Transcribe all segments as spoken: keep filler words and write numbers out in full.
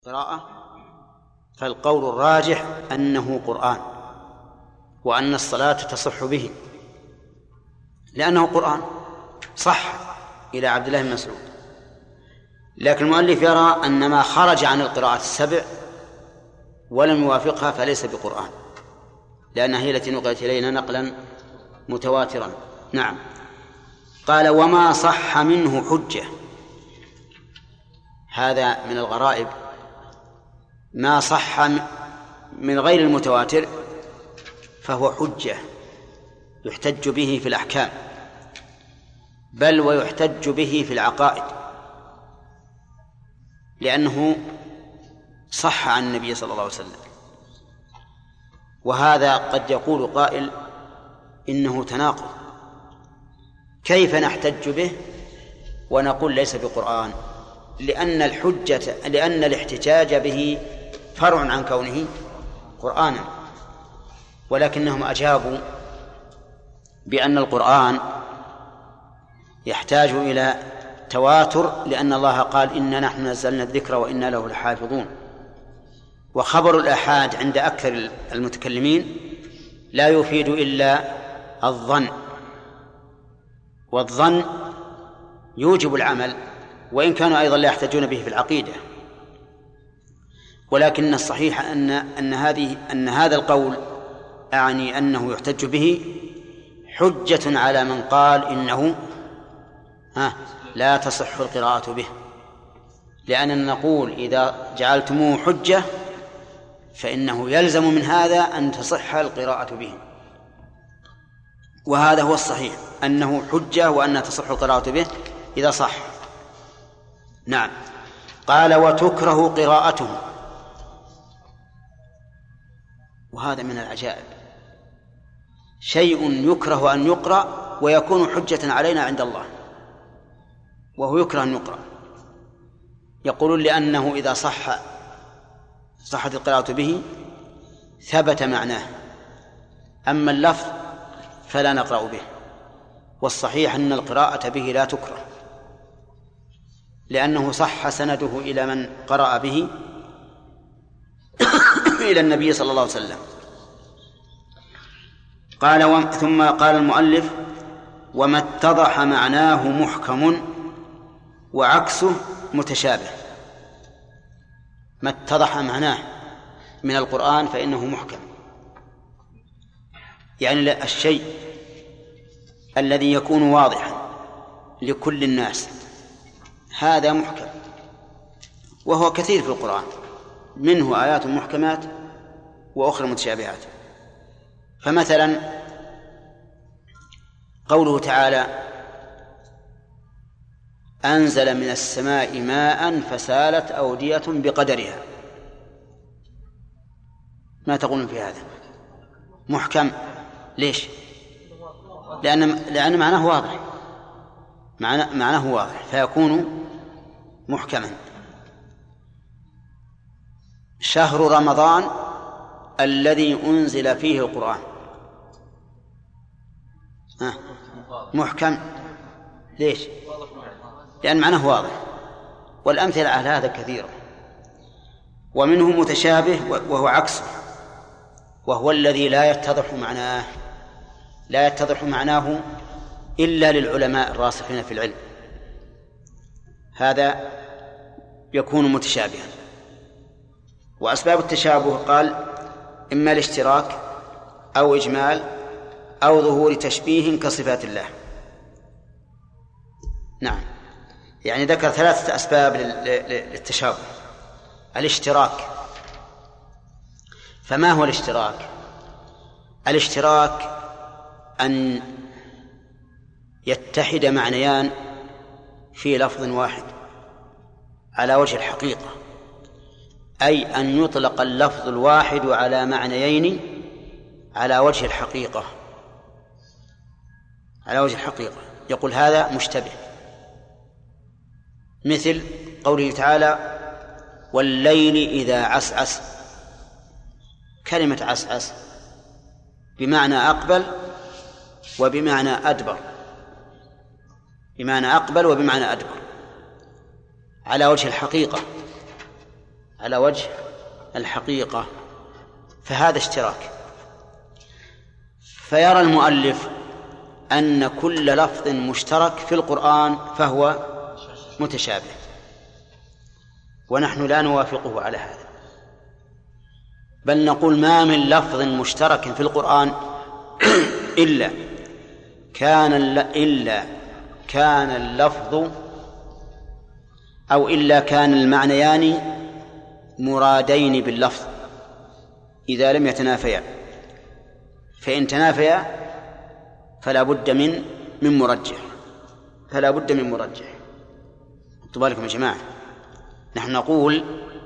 قراءة، فالقول الراجح أنه قرآن، وأن الصلاة تصح به لأنه قرآن صح إلى عبد الله بن مسعود. لكن المؤلف يرى أن ما خرج عن القراءات السبع ولم يوافقها فليس بقرآن، لأنها هي التي نقلت إلينا نقلا متواترا. نعم. قال: وما صح منه حجة. هذا من الغرائب، ما صح من غير المتواتر فهو حجة يحتج به في الأحكام، بل ويحتج به في العقائد، لأنه صح عن النبي صلى الله عليه وسلم. وهذا قد يقول قائل إنه تناقض، كيف نحتج به ونقول ليس بقرآن؟ لأن الحجة لأن الاحتجاج به فرع عن كونه قرآنا. ولكنهم أجابوا بأن القرآن يحتاج إلى تواتر، لأن الله قال: إنا نحن نزلنا الذكر وإنا له لحافظون. وخبر الآحاد عند أكثر المتكلمين لا يفيد إلا الظن، والظن يوجب العمل، وإن كانوا أيضا لا يحتاجون به في العقيدة. ولكن الصحيح أن أن هذه أن هذا القول أعني أنه يحتج به حجة على من قال إنه ها لا تصح القراءة به، لأننا نقول إذا جعلتموه حجة فإنه يلزم من هذا أن تصح القراءة به، وهذا هو الصحيح، أنه حجة وأن تصح القراءة به إذا صح. نعم. قال: وتكره قراءته. وهذا من العجائب، شيء يكره أن يقرأ ويكون حجة علينا عند الله، وهو يكره أن يقرأ. يقولون لأنه إذا صح صحت القراءة به ثبت معناه، أما اللفظ فلا نقرأ به. والصحيح أن القراءة به لا تكره، لأنه صح سنده إلى من قرأ به إلى النبي صلى الله عليه وسلم. قال و... ثم قال المؤلف: وما اتضح معناه محكم وعكسه متشابه. ما اتضح معناه من القرآن فإنه محكم، يعني الشيء الذي يكون واضحا لكل الناس هذا محكم، وهو كثير في القرآن، منه آيات محكمات وأخرى متشابهات. فمثلا قوله تعالى: أنزل من السماء ماء فسالت أودية بقدرها. ما تقولون في هذا؟ محكم. ليش؟ لأن لأن معناه واضح، معناه معناه واضح فيكون محكما. شهر رمضان الذي أنزل فيه القرآن ها محكم. ليش؟ لأن معناه واضح. والأمثلة على هذا كثيرة. ومنه متشابه وهو عكسه، وهو الذي لا يتضح معناه لا يتضح معناه إلا للعلماء الراسخين في العلم، هذا يكون متشابها. وأسباب التشابه قال: إما الاشتراك أو إجمال أو ظهور تشبيه كصفات الله. نعم، يعني ذكر ثلاثة أسباب للتشابه. الاشتراك، فما هو الاشتراك؟ الاشتراك أن يتحد معنيان في لفظ واحد على وجه الحقيقة، أي أن يطلق اللفظ الواحد على معنيين على وجه الحقيقة على وجه الحقيقة يقول هذا مشتبه، مثل قوله تعالى: والليل إذا عسعس. كلمة عسعس بمعنى أقبل وبمعنى أدبر، بمعنى أقبل وبمعنى أدبر على وجه الحقيقة. على وجه الحقيقة فهذا اشتراك. فيرى المؤلف أن كل لفظ مشترك في القرآن فهو متشابه، ونحن لا نوافقه على هذا، بل نقول ما من لفظ مشترك في القرآن إلا كان إلا كان اللفظ أو إلا كان المعنيان مرادين باللفظ إذا لم يتنافيا، فإن تنافيا فلا بد من من مرجح فلا بد من مرجح. خذوا بالكم يا جماعة، نحن نقول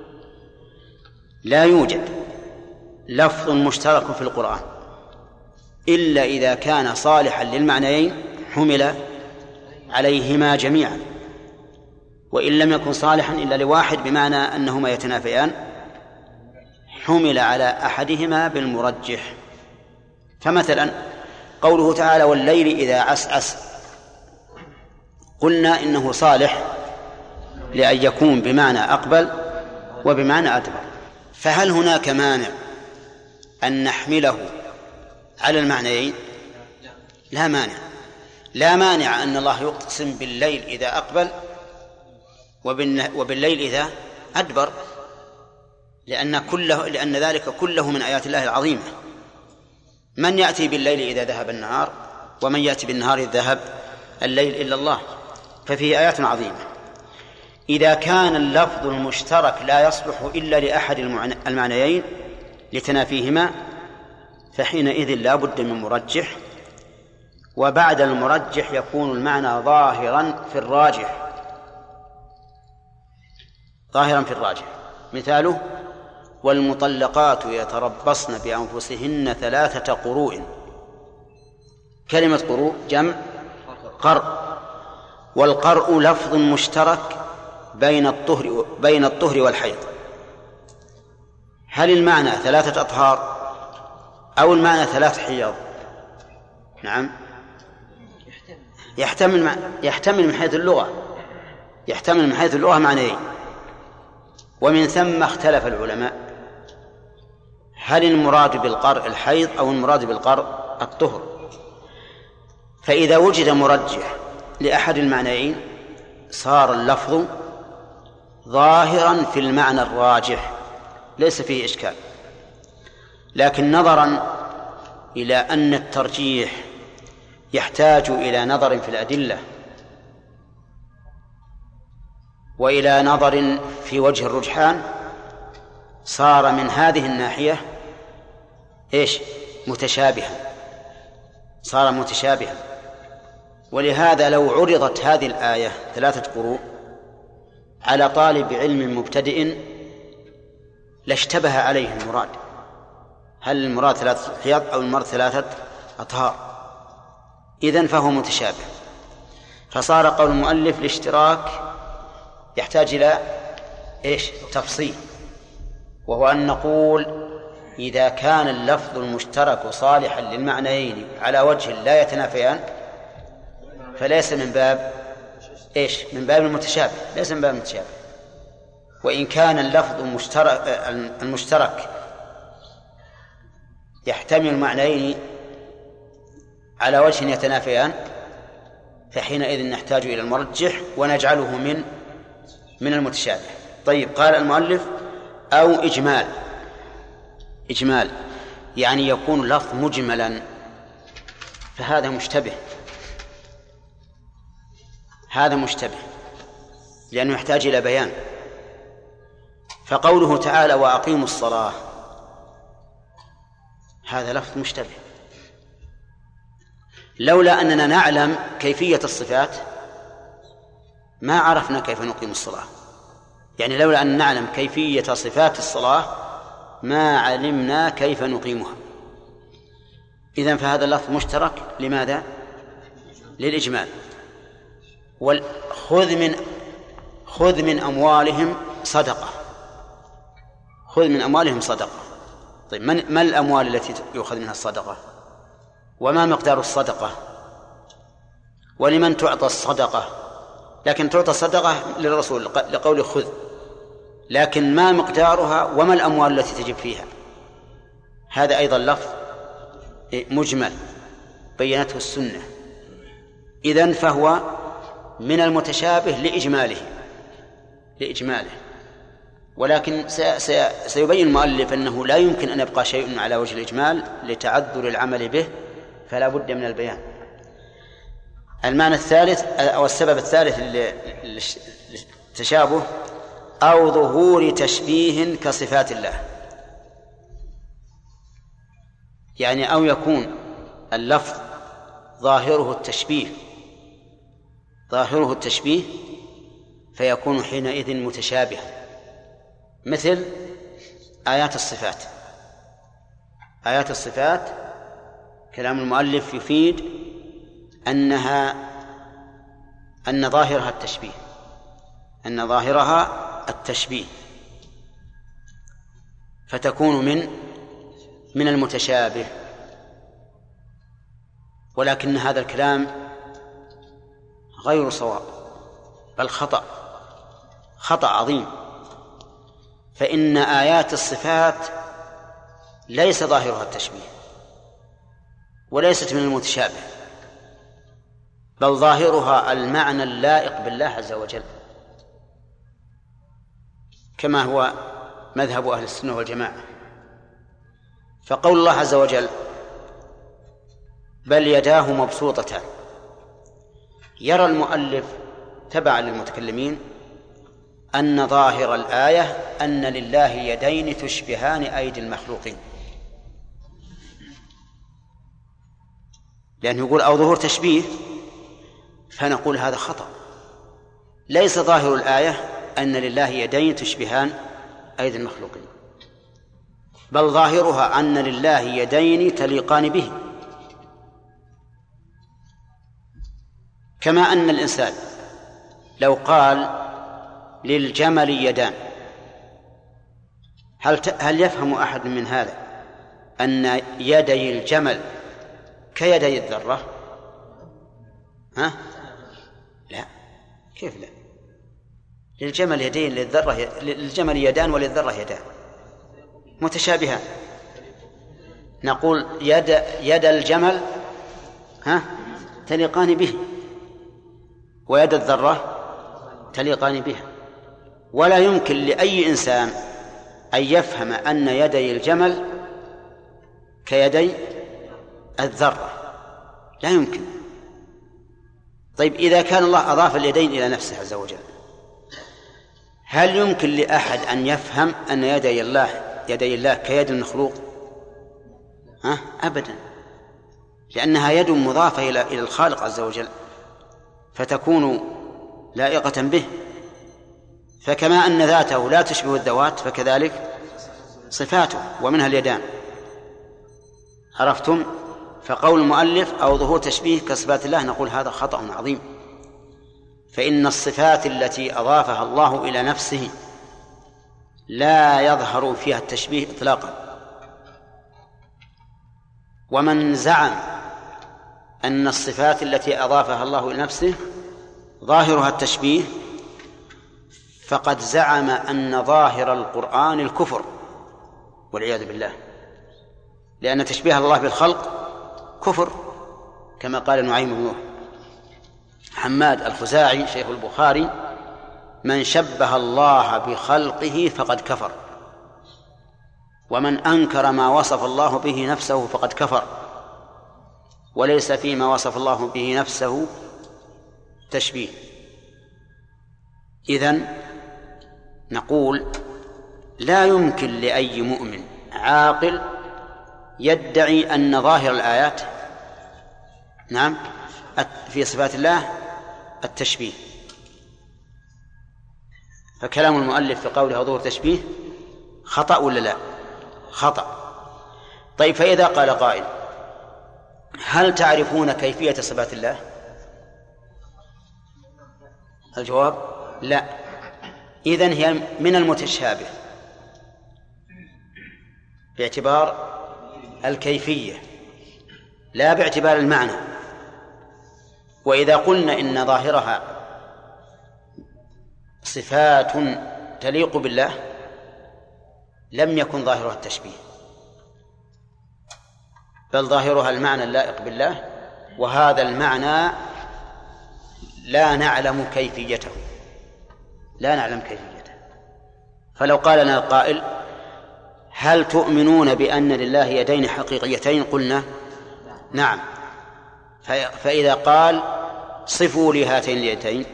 لا يوجد لفظ مشترك في القرآن إلا إذا كان صالحا للمعنيين حمل عليهما جميعا، وإن لم يكن صالحا إلا لواحد بمعنى أنهما يتنافيان حمل على أحدهما بالمرجح. فمثلا قوله تعالى والليل إذا عسعس، قلنا إنه صالح لأن يكون بمعنى أقبل وبمعنى أدبر، فهل هناك مانع أن نحمله على المعنيين؟ لا مانع. لا مانع أن الله يقسم بالليل إذا أقبل وبالليل إذا أدبر، لأن كله لأن ذلك كله من آيات الله العظيمة. من يأتي بالليل إذا ذهب النهار، ومن يأتي بالنهار إذا ذهب الليل إلا الله، ففيه آيات عظيمة. إذا كان اللفظ المشترك لا يصلح إلا لأحد المعنيين لتنافيهما فحينئذ لا بد من مرجح، وبعد المرجح يكون المعنى ظاهرا في الراجح ظاهرا في الراجح. مثاله والمطلقات يتربصن بأنفسهن ثلاثة قروء. كلمة قروء جمع قرء، والقرء لفظ مشترك بين الطهر بين الطهر والحيض. هل المعنى ثلاثة أطهار أو المعنى ثلاث حيض؟ نعم، يحتمل يحتمل من حيث اللغة يحتمل من حيث اللغة معنيين، ومن ثم اختلف العلماء هل المراد بالقرء الحيض أو المراد بالقرء الطهر. فإذا وجد مرجح لأحد المعنيين صار اللفظ ظاهرا في المعنى الراجح ليس فيه إشكال. لكن نظرا إلى أن الترجيح يحتاج إلى نظر في الأدلة وإلى نظر في وجه الرجحان، صار من هذه الناحية إيش متشابها صار متشابها ولهذا لو عرضت هذه الآية ثلاثة قروء على طالب علم مبتدئ لاشتبه عليه المراد، هل المراد ثلاثة حيض أو المراد ثلاثة أطهار؟ إذن فهو متشابه. فصار قول المؤلف الاشتراك يحتاج إلى إيش تفصيل، وهو أن نقول إذا كان اللفظ المشترك صالحا للمعنيين على وجه لا يتنافيان فليس من باب إيش من باب المتشابه ليس من باب المتشابه. وإن كان اللفظ المشترك, المشترك يحتمل معنيين على وجه يتنافيان فحينئذ نحتاج إلى المرجح ونجعله من من المتشابه. طيب، قال المؤلف أو إجمال. إجمال يعني يكون اللفظ مجملا، فهذا مشتبه هذا مشتبه لأنه يحتاج إلى بيان. فقوله تعالى وأقيموا الصلاة هذا لفظ مشتبه، لولا أننا نعلم كيفية الصفات ما عرفنا كيف نقيم الصلاة. يعني لولا أن نعلم كيفية صفات الصلاة ما علمنا كيف نقيمها. إذن فهذا اللفظ مشترك لماذا؟ للإجمال. خذ من خذ من أموالهم صدقة خذ من أموالهم صدقة. طيب، من ما الأموال التي يؤخذ منها الصدقة؟ وما مقدار الصدقة؟ ولمن تعطى الصدقة؟ لكن تعطى الصدقة للرسول لقول خذ، لكن ما مقدارها وما الأموال التي تجب فيها، هذا أيضا لفظ مجمل بينته السنة. إذن فهو من المتشابه لإجماله لإجماله ولكن سيبين المؤلف أنه لا يمكن أن يبقى شيء على وجه الإجمال لتعذر العمل به، فلا بد من البيان. المعنى الثالث أو السبب الثالث للتشابه أو ظهور تشبيه كصفات الله، يعني أو يكون اللفظ ظاهره التشبيه ظاهره التشبيه فيكون حينئذ متشابها، مثل آيات الصفات. آيات الصفات كلام المؤلف يفيد أنها أن ظاهرها التشبيه أن ظاهرها التشبيه فتكون من من المتشابه. ولكن هذا الكلام غير صواب، بل خطأ خطأ عظيم، فإن آيات الصفات ليس ظاهرها التشبيه وليست من المتشابه، بل ظاهرها المعنى اللائق بالله عز وجل، كما هو مذهب أهل السنة والجماعة. فقول الله عز وجل بل يداه مبسوطتان، يرى المؤلف تبعا للمتكلمين أن ظاهر الآية أن لله يدين تشبهان أيدي المخلوقين، لأنه يقول أو ظهور تشبيه، فنقول هذا خطأ. ليس ظاهر الآية أن لله يدين تشبهان أيدي المخلوقين، بل ظاهرها أن لله يدين تليقان به، كما أن الإنسان لو قال للجمل يدان، هل هل يفهم أحد من هذا أن يدي الجمل كيدي الذرة؟ ها؟ لا، كيف لا؟ للجمل يدين للذرة للجمل يدان وللذرة يدان متشابهان. نقول يد يد الجمل ها تليقان به، ويد الذرة تليقان بها، ولا يمكن لأي إنسان أن يفهم أن يدي الجمل كيدي الذرة، لا يمكن. طيب إذا كان الله أضاف اليدين إلى نفسه عز وجل، هل يمكن لأحد أن يفهم أن يدي الله يدي الله كيد المخلوق؟ ها؟ أبدا، لأنها يد مضافة إلى إلى الخالق عز وجل، فتكون لائقة به. فكما أن ذاته لا تشبه الذوات فكذلك صفاته ومنها اليدان. عرفتم؟ فقول المؤلف أو ظهور تشبيه كصفات الله نقول هذا خطأ عظيم، فإن الصفات التي أضافها الله إلى نفسه لا يظهر فيها التشبيه إطلاقا. ومن زعم أن الصفات التي أضافها الله إلى نفسه ظاهرها التشبيه فقد زعم أن ظاهر القرآن الكفر والعياذ بالله، لأن تشبيه الله بالخلق كفر، كما قال نعيم بن حماد الخزاعي شيخ البخاري: من شبه الله بخلقه فقد كفر، ومن أنكر ما وصف الله به نفسه فقد كفر، وليس فيما وصف الله به نفسه تشبيه. إذن نقول لا يمكن لأي مؤمن عاقل يدعي أن ظاهر الآيات نعم في صفات الله التشبيه. فكلام المؤلف في قوله ظهور تشبيه خطأ ولا لا؟ خطأ. طيب، فإذا قال قائل: هل تعرفون كيفية صفات الله؟ الجواب: لا. إذن هي من المتشابه باعتبار الكيفية لا باعتبار المعنى. وإذا قلنا إن ظاهرها صفات تليق بالله لم يكن ظاهرها التشبيه، بل ظاهرها المعنى اللائق بالله، وهذا المعنى لا نعلم كيفيته لا نعلم كيفيته. فلو قال لنا القائل: هل تؤمنون بأن لله يدين حقيقيتين؟ قلنا: نعم. فإذا قال: صفوا لي هاتين اليدين،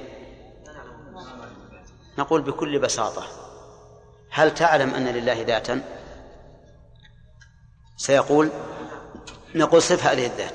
نقول بكل بساطة: هل تعلم أن لله ذاتا؟ سيقول: نقول: صف هذه الذات.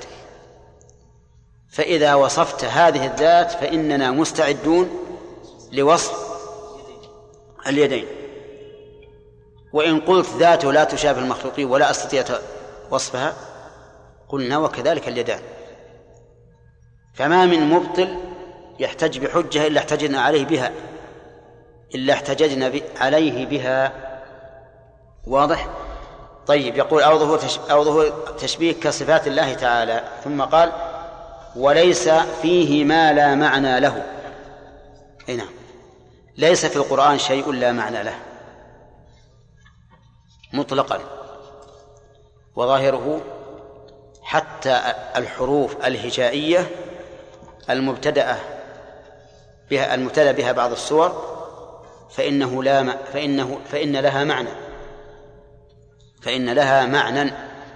فإذا وصفت هذه الذات فإننا مستعدون لوصف اليدين. وإن قلت ذاته لا تشابه المخلوقين ولا أستطيع وصفها، قلنا: وكذلك اليدان. فما من مبطل يحتج بحجة إلا احتجنا عليه بها إلا احتججنا عليه بها. واضح؟ طيب. يقول: أوضه تشبيه كصفات الله تعالى. ثم قال: وليس فيه ما لا معنى له. أي نعم، ليس في القرآن شيء لا معنى له مطلقا، وظاهره حتى الحروف الهجائية المبتدأة بها المبتدأ بها بعض السور فإنه لا م... فإنه فإن لها معنى فإن لها معنى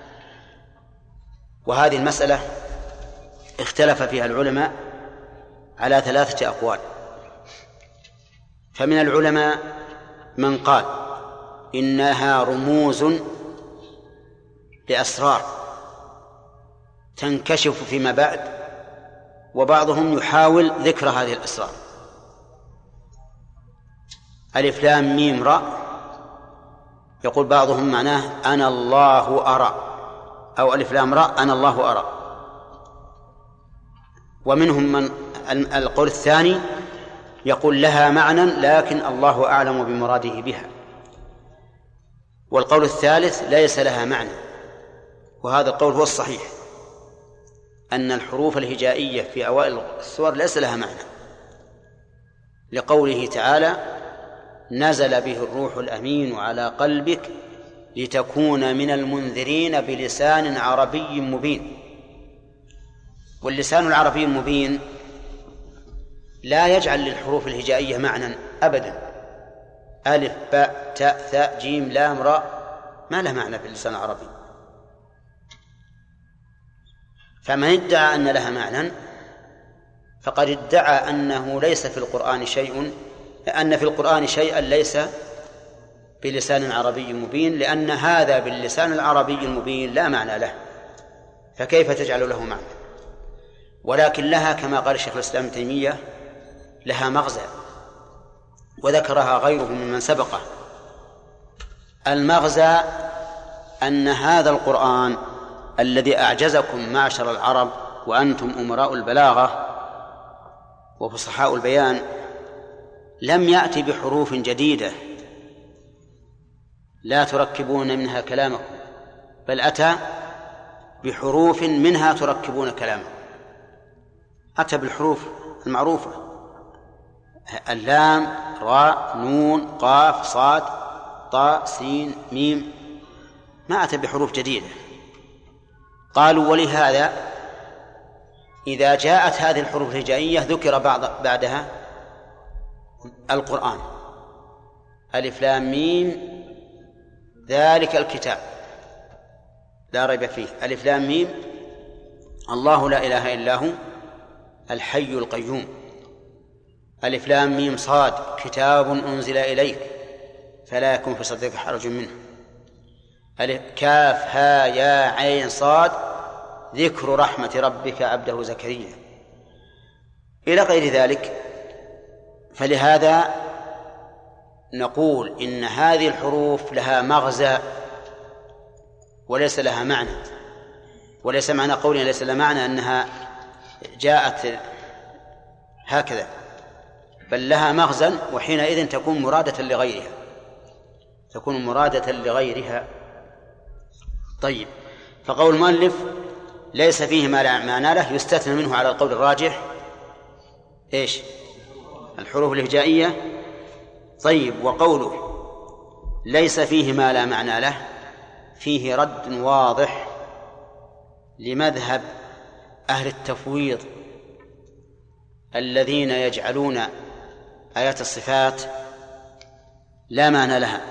وهذه المسألة اختلف فيها العلماء على ثلاثة أقوال. فمن العلماء من قال إنها رموز لأسرار تنكشف فيما بعد، وبعضهم يحاول ذكر هذه الأسرار. ألف لام ميم راء، يقول بعضهم معناه أنا الله أرى، أو ألف لام راء أنا الله أرى. ومنهم من القول الثاني يقول لها معنى لكن الله أعلم بمراده بها. والقول الثالث ليس لها معنى، وهذا القول هو الصحيح، أن الحروف الهجائية في أوائل السور ليس لها معنى، لقوله تعالى: نزل به الروح الأمين على قلبك لتكون من المنذرين بلسان عربي مبين. واللسان العربي المبين لا يجعل للحروف الهجائية معنى أبدا. ألف باء تاء ثاء جيم لام راء ما له معنى في اللسان العربي. فمن ادعى أن لها معنى فقد ادعى أنه ليس في القرآن شيء أن في القرآن شيئا ليس بلسان عربي مبين، لأن هذا باللسان العربي المبين لا معنى له، فكيف تجعل له معنى؟ ولكن لها كما قال الشيخ الإسلام ابن تيمية لها مغزى، وذكرها غيره ممن سبقه. المغزى أن هذا القرآن الذي أعجزكم معشر العرب وأنتم أمراء البلاغة وفصحاء البيان لم يأتي بحروف جديدة لا تركبون منها كلامكم، بل أتى بحروف منها تركبون كلامكم. أتى بالحروف المعروفة: اللام راء نون قاف صاد طاء سين ميم، ما أتى بحروف جديدة. قالوا: ولهذا إذا جاءت هذه الحروف الهجائية ذكر بعض بعدها القرآن: ألف لام ميم ذلك الكتاب لا ريب فيه، ألف لام ميم الله لا إله إلا هو الحي القيوم، ألف لام ميم صاد كتاب أنزل إليك فلا يكون في صدرك حرج منه، ألف كاف ها يا عين صاد ذكر رحمة ربك عبده زكريا، إلى غير ذلك. فلهذا نقول إن هذه الحروف لها مغزى وليس لها معنى. وليس معنى قولنا ليس لها معنى أنها جاءت هكذا، بل لها مغزى، وحينئذ تكون مرادة لغيرها تكون مرادة لغيرها. طيب، فقول المؤلف ليس فيه ما لا معنى له يستثنى منه على القول الراجح إيش؟ الحروف الهجائية طيب، وقوله ليس فيه ما لا معنى له فيه رد واضح لمذهب أهل التفويض الذين يجعلون آيات الصفات لا معنى لها،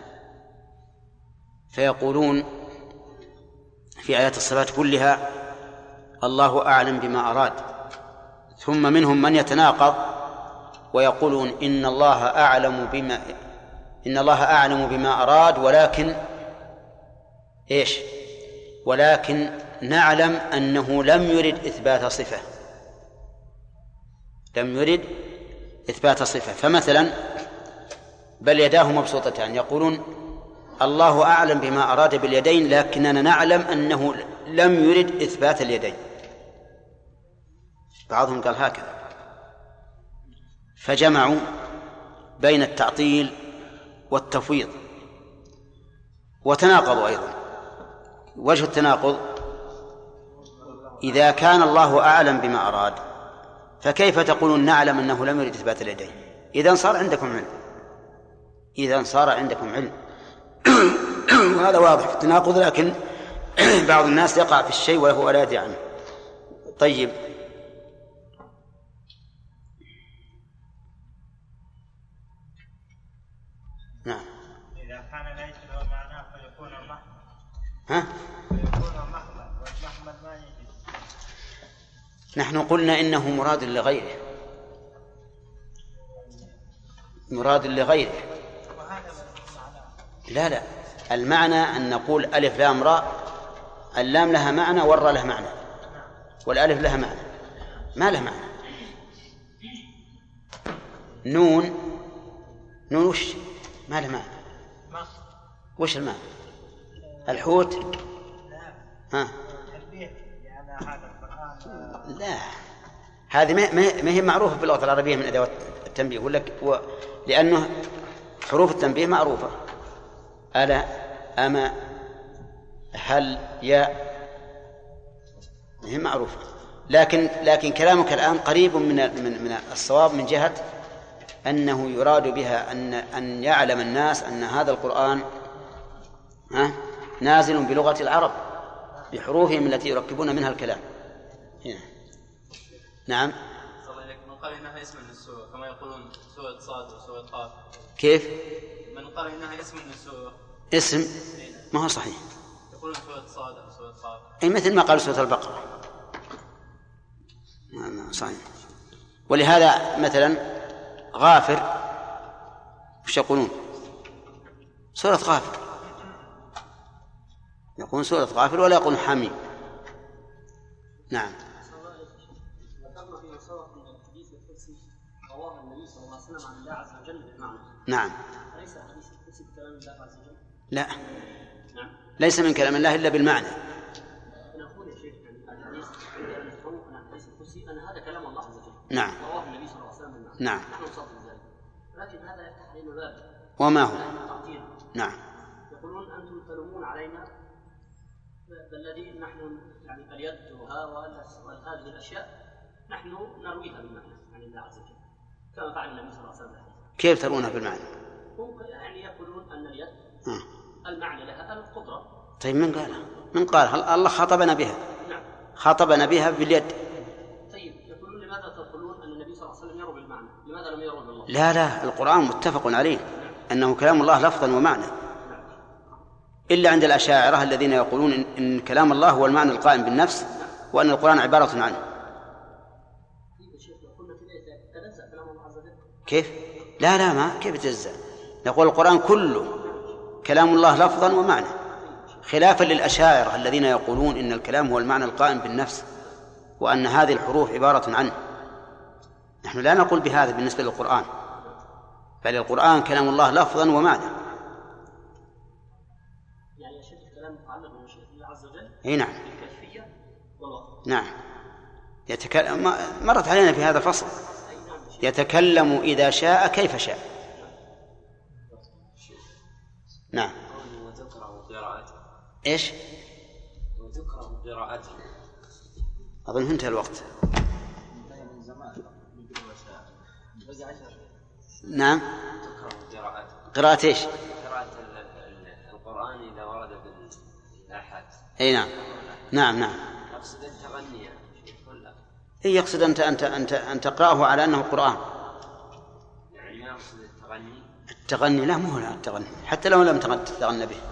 فيقولون في آيات الصفات كلها الله أعلم بما أراد، ثم منهم من يتناقض ويقولون إن الله أعلم بما إن الله أعلم بما أراد ولكن إيش ولكن نعلم أنه لم يرد إثبات صفة لم يرد إثبات صفة فمثلا بل يداه مبسوطتان، يقولون الله أعلم بما أراد باليدين لكننا نعلم أنه لم يرد إثبات اليدين. بعضهم قال هكذا، فجمعوا بين التعطيل والتفويض وتناقضوا أيضا. وجه التناقض إذا كان الله أعلم بما أراد فكيف تقولون نعلم أنه لم يرد إثبات اليدين؟ إذن صار عندكم علم إذن صار عندكم علم وهذا واضح في التناقض، لكن بعض الناس يقع في الشيء وهو لا يدري عنه. طيب، نعم. إذا كان ليس له معناه فيكون محمد. ها؟ فيكون محمد والمحمد ما يجي. نحن قلنا إنه مراد لغيره مراد لغيره لا لا المعنى أن نقول ألف لام راء، اللام لها معنى والراء له معنى والألف لها معنى، ما له معنى. نون نون وش ما له معنى؟ وش المعنى؟ الحوت ها؟ لا، هذه ما هي معروفة في اللغة العربية من أدوات التنبيه، ولا و... لأنه حروف التنبيه معروفة، ألا أما هل يا هي معروفة، لكن لكن كلامك الآن قريب من من من الصواب من جهة أنه يراد بها أن أن يعلم الناس أن هذا القرآن ها نازل بلغة العرب بحروفهم التي يركبون منها الكلام. هنا. نعم. من قال إنها اسم النسوة كما يقولون سورة صاد وسورة قاف. كيف؟ من قال إنها اسم النسوة. اسم؟ ما هو صحيح. يقولون سورة صاد أو سورة قاف. أي مثل ما قال سورة البقرة. ما صحيح. ولهذا مثلا غافر وش يقولون؟ سورة غافر. يقولون سورة غافر ولا يقولون حميم. نعم. نعم. أليس حديث القدسي بكلام الله عز وجل؟ لا. نعم. ليس من كلام الله إلا بالمعنى. أنا أقول يا شيخ يعني الحديث عندما نفهم أن الحديث القدسي أن هذا كلام الله عز وجل. نعم. رواه النبي صلى الله عليه وسلم بالمعنى. نعم. نحن نصدق ذلك. لكن هذا يفتح علينا باب. وما هو؟ نعم. يقولون أنتم تلومون علينا بالذي نحن يعني اليد وهذه الأشياء نحن نرويها بالمعنى عن الله عز وجل كما فعل النبي صلى الله عليه وسلم. كيف ترونها بالمعنى؟ هم يعني يقولون أن اليد المعنى لها القدرة. طيب من قالها؟ من قالها؟ الله خاطبنا بها. نعم. خاطبنا بها باليد. طيب يقولون لماذا تقولون أن النبي صلى الله عليه وسلم يروي بالمعنى؟ لماذا لم يروي بالله؟ لا لا القرآن متفق عليه أنه كلام الله لفظا ومعنى، إلا عند الأشاعرة الذين يقولون إن كلام الله هو المعنى القائم بالنفس وأن القرآن عبارة عنه. كيف؟ لا لا ما كيف يتجزأ؟ نقول القرآن كله كلام الله لفظا ومعنى، خلافا للأشاعرة الذين يقولون إن الكلام هو المعنى القائم بالنفس وأن هذه الحروف عبارة عنه. نحن لا نقول بهذا بالنسبة للقرآن، بل القرآن كلام الله لفظا ومعنى. يعني يا شيخ الكلام متعلق بمشيئة الله عز وجل. اي نعم. الكيفية والوقت. نعم. يتكلم مرت علينا في هذا الفصل. يتكلم إذا شاء كيف شاء. نعم. وتكره قراءته. إيش؟ وتكره قراءته. أظن انتهى الوقت. نعم. تكره قراءة قراءة إيش؟ قراءة القرآن إذا ورد بالآحاد. أي نعم نعم نعم. أقصد التغني ولا؟ إيه يقصد أنت أنت أنت أن تقرأه على أنه قرآن. يعني ما أقصد التغني. التغني لا، مو هو التغني، حتى لو لم تتغنى به.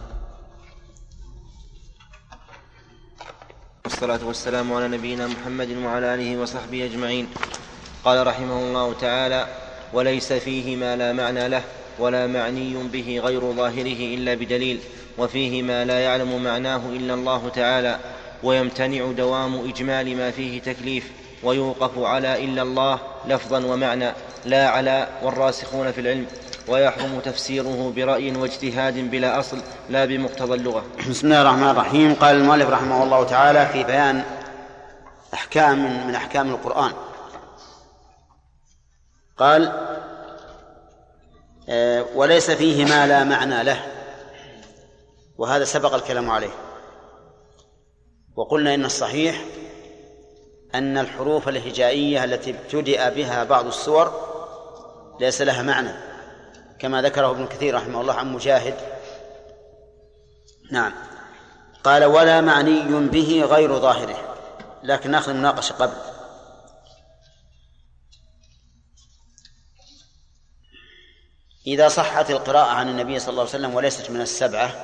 والصلاة والسلام على نبينا محمد وعلى آله وصحبه أجمعين. قال رحمه الله تعالى: وليس فيه ما لا معنى له ولا معني به غير ظاهره إلا بدليل، وفيه ما لا يعلم معناه إلا الله تعالى، ويمتنع دوام إجمال ما فيه تكليف، ويوقف على إلا الله لفظا ومعنى لا على والراسخون في العلم، ويحرم تفسيره برأي واجتهاد بلا أصل لا بمقتضى اللغة. بسم الله الرحمن الرحيم. قال المؤلف رحمه الله تعالى في بيان أحكام من أحكام القرآن، قال: وليس فيه ما لا معنى له، وهذا سبق الكلام عليه، وقلنا إن الصحيح أن الحروف الهجائية التي ابتدأ بها بعض السور ليس لها معنى، كما ذكره ابن كثير رحمه الله عن مجاهد. نعم. قال: ولا معني به غير ظاهره. لكن ناخذ المناقشة قبل. إذا صحت القراءة عن النبي صلى الله عليه وسلم وليست من السبعة،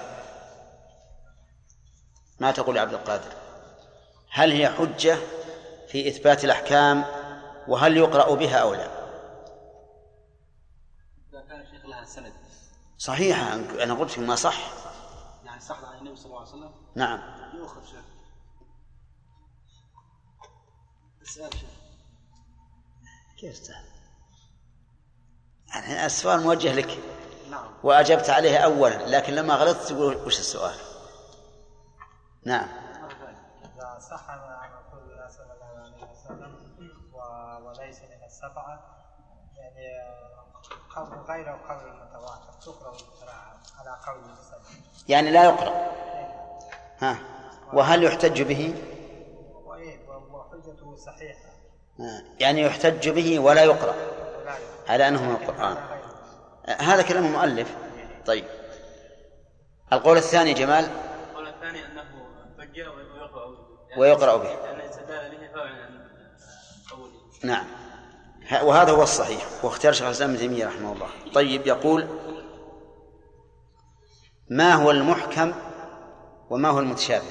ما تقول عبد القادر؟ هل هي حجة في إثبات الأحكام، وهل يقرأ بها أو لا؟ إذا كان شيخ لها سند صحيح. أنا قلت ما صح، يعني صح عن النبي صلى الله عليه وسلم. نعم. يؤخذ شيخ. اسأل شيخ. كيف استهل؟ يعني السؤال موجه لك. نعم. وأجبت عليه أولا، لكن لما غلطت تقول وش السؤال؟ نعم. إذا صح عن رسول الله صلى الله عليه وسلم وليس من السبعة، يعني قول غير قول المتواتر تقرأ القراءة على قول المسلم، يعني لا يقرأ. ها. وهل يحتج به؟ وحجته صحيحة. يعني يحتج به ولا يقرأ على أنه من القرآن. هذا كلام المؤلف. طيب، القول الثاني جمال. القول الثاني أنه حجة ويقرأ به، لأنه استدل به فعلا قوله. نعم، وهذا هو الصحيح، واختار شيخ الإسلام ابن تيمية رحمه الله. طيب، يقول: ما هو المحكم وما هو المتشابه؟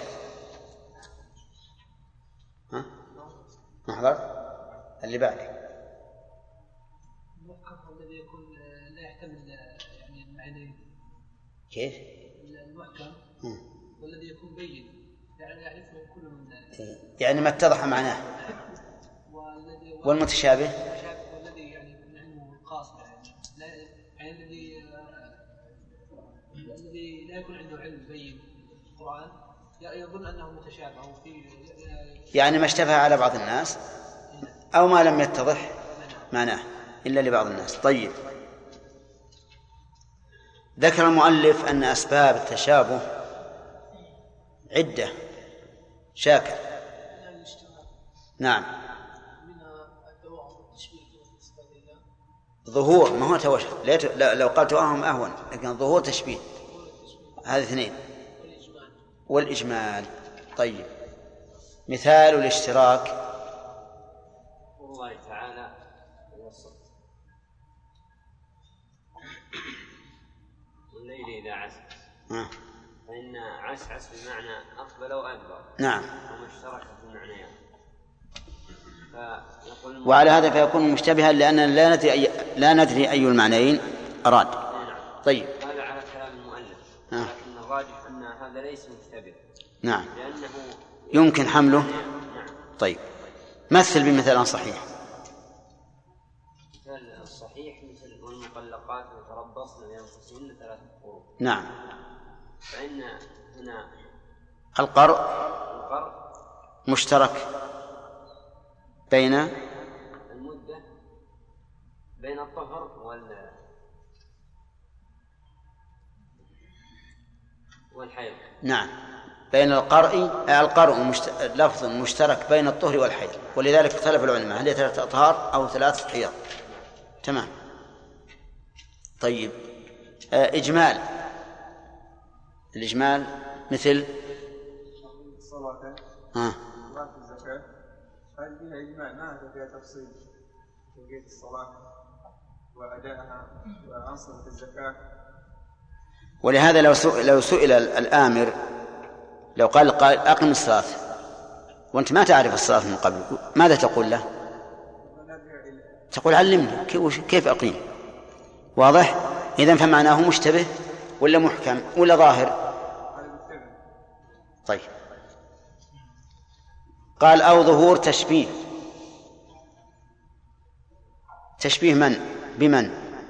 ها؟ ما حضرت؟ اللي بعده. المحكم هو الذي يكون لا يحتمل يعني المعنى. كيف؟ المحكم والذي يكون بين، يعني يعرفه كل من، يعني ما اتضح معناه. والمتشابه والذي يعني يكون علمه خاص، لا يعني الذي الذي لا يكون عنده علم بين القرآن يظن أنه متشابه أو في، يعني ما اشتبه على بعض الناس أو ما لم يتضح معناه إلا لبعض الناس. طيب، ذكر المؤلف أن أسباب التشابه عدة. شاكر. نعم. ظهور، ما هو توشح. لو قال توهم أهون، لكن ظهور تشبيه، هذه اثنين. والإجمال. طيب، مثال الاشتراك والله تعالى وصف والليل إذا عسعس، آه. فإن عسعس بمعنى أقبل وأدبر، نعم، وما اشترك في المعنيين. وعلى هذا فيكون مشتبها لأننا لا ندري أي لا ندري أي المعنيين أراد. طيب، هذا على كلام المؤلف، آه. لكن الراجح أن هذا ليس مشتبه. نعم، لأنه يمكن حمله. نعم. طيب، مثل بمثال صحيح. مثال الصحيح مثل والمطلقات يتربصن بأنفسهن ثلاثة قروء. نعم. فإن هنا القرء القرء مشترك بين المدة، بين الطهر وال والحيض. نعم، بين القرء القرء مشت... لفظ مشترك بين الطهر والحيض، ولذلك اختلف العلماء هل هي ثلاثة أطهار أو ثلاثة حيض. تمام. طيب إجمال، الإجمال مثل الصلاة ها وآتوا الزكاة، هذه فيها إجمال ما فيها تفصيل توقيت الصلاة وأدائها وعنصر الزكاة. ولهذا لو سئل, لو سئل الآمر لو قال قال أقم الصلاة وأنت ما تعرف الصلاة من قبل، ماذا تقول له؟ تقول علمني كيف أقيم. واضح؟ إذن فمعناه مشتبه ولا محكم ولا ظاهر؟ طيب. قال أو ظهور تشبيه. تشبيه من بمن؟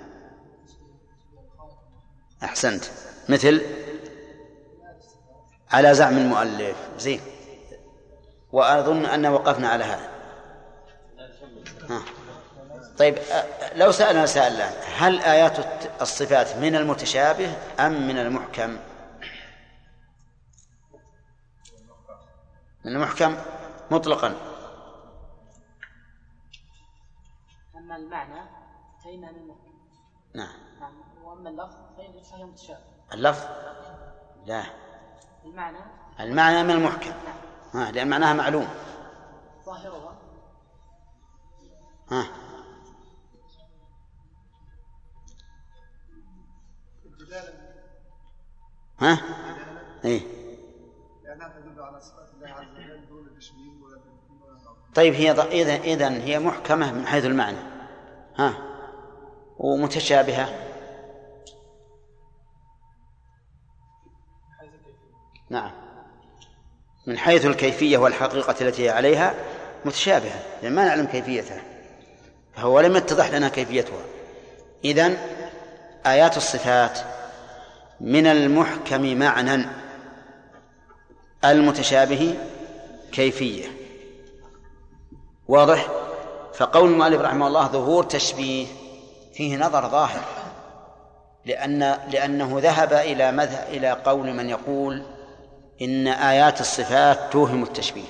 أحسنت. مثل على زعم المؤلف. زين، وأظن أن وقفنا على هذا. ها. طيب لو سألنا سائلا هل آيات الصفات من المتشابه أم من المحكم؟ من المحكم مطلقا. أما المعنى فإنها من المحكم. نعم. وأما اللفظ فهي متشابه. اللفظ لا، المعنى المعنى من المحكم. ها، لأن معناها معلوم. ظاهرها ها ها ايه. طيب هي إذن إذن هي محكمة من حيث المعنى، ها، ومتشابهة نعم من حيث الكيفية والحقيقة التي عليها متشابهة، لأن ما نعلم كيفيتها، فهو لم يتضح لنا كيفيتها. إذن آيات الصفات من المحكم معنى، المتشابه كيفية. واضح؟ فقول المؤلف رحمه الله ظهور تشبيه فيه نظر ظاهر، لأن لأنه ذهب إلى مذهب إلى قول من يقول إن آيات الصفات توهم التشبيه،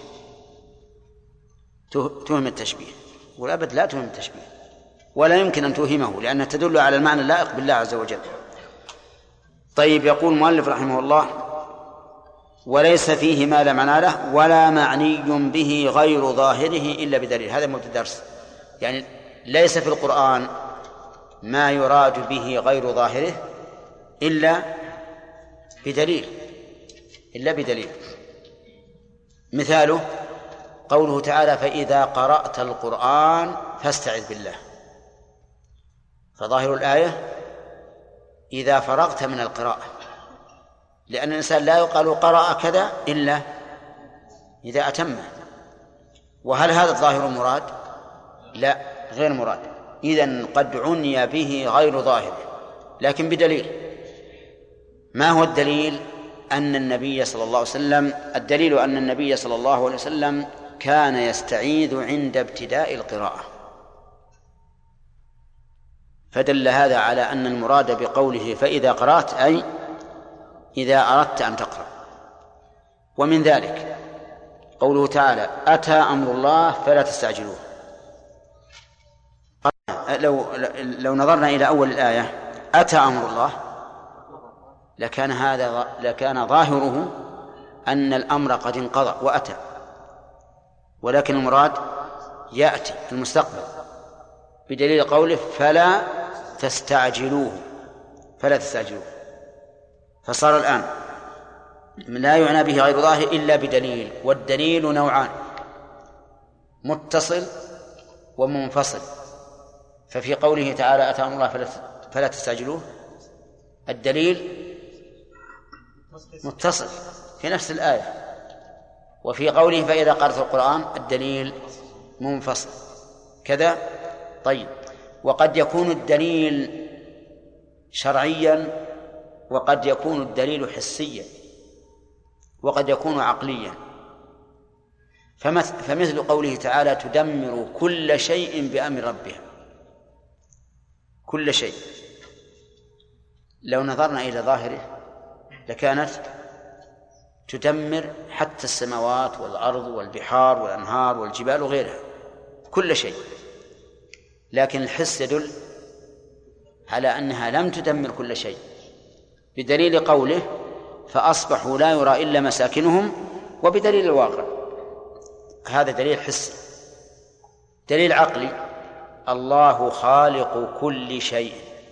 توهم التشبيه، والأبد لا توهم التشبيه ولا يمكن أن توهمه، لأنها تدل على المعنى اللائق بالله عز وجل. طيب يقول المؤلف رحمه الله وليس فيه ما لا معنى له ولا معني به غير ظاهره إلا بدليل. هذا مبتدأ الدرس، يعني ليس في القرآن ما يراد به غير ظاهره إلا بدليل إلا بدليل. مثاله قوله تعالى فإذا قرأت القرآن فاستعذ بالله، فظاهر الآية إذا فرغت من القراءة، لأن الإنسان لا يقال قرأ كذا إلا إذا أتم. وهل هذا الظاهر مراد؟ لا، غير مراد. إذن قد عني به غير ظاهر لكن بدليل. ما هو الدليل؟ أن النبي صلى الله عليه وسلم الدليل أن النبي صلى الله عليه وسلم كان يستعيذ عند ابتداء القراءة، فدل هذا على أن المراد بقوله فإذا قرأت أي إذا أردت أن تقرأ. ومن ذلك قوله تعالى أتى أمر الله فلا تستعجلوه. لو لو نظرنا إلى أول الآية أتى أمر الله لكان هذا لكان ظاهره أن الأمر قد انقضى وأتى، ولكن المراد يأتي في المستقبل بدليل قوله فلا تستعجلوه فلا تستعجلوه. فصار الآن لا يعنى به غير ظاهر إلا بدليل، والدليل نوعان متصل ومنفصل. ففي قوله تعالى أتى أمر الله فلا تستعجلوه الدليل متصل في نفس الآية، وفي قوله فإذا قرأت القرآن الدليل منفصل كذا. طيب، وقد يكون الدليل شرعيا وقد يكون الدليل حسيا وقد يكون عقليا. فمثل قوله تعالى تدمر كل شيء بأمر ربها، كل شيء لو نظرنا إلى ظاهره لكانت تدمر حتى السماوات والأرض والبحار والأنهار والجبال وغيرها، كل شيء. لكن الحس يدل على أنها لم تدمر كل شيء، بدليل قوله فأصبحوا لا يرى إلا مساكنهم، وبدليل الواقع. هذا دليل حسي. دليل عقلي: الله خالق كل شيء،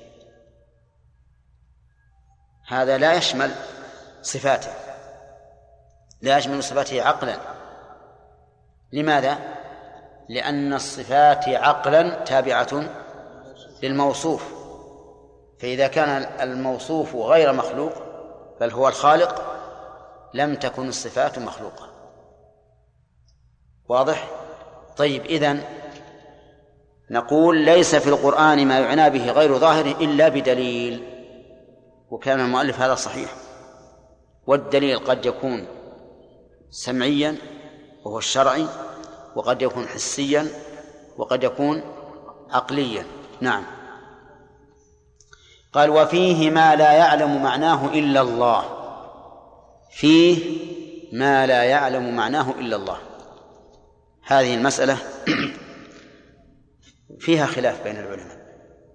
هذا لا يشمل صفاته، لا يشمل صفاته عقلا. لماذا؟ لأن الصفات عقلا تابعة للموصوف، فإذا كان الموصوف غير مخلوق بل هو الخالق لم تكن الصفات مخلوقة. واضح؟ طيب، إذن نقول ليس في القرآن ما يعنى به غير ظاهر إلا بدليل، وكان المؤلف هذا صحيح. والدليل قد يكون سمعيا وهو الشرعي، وقد يكون حسيا، وقد يكون عقليا. نعم. قال وفيه ما لا يعلم معناه إلا الله، فيه ما لا يعلم معناه إلا الله. هذه المسألة فيها خلاف بين العلماء،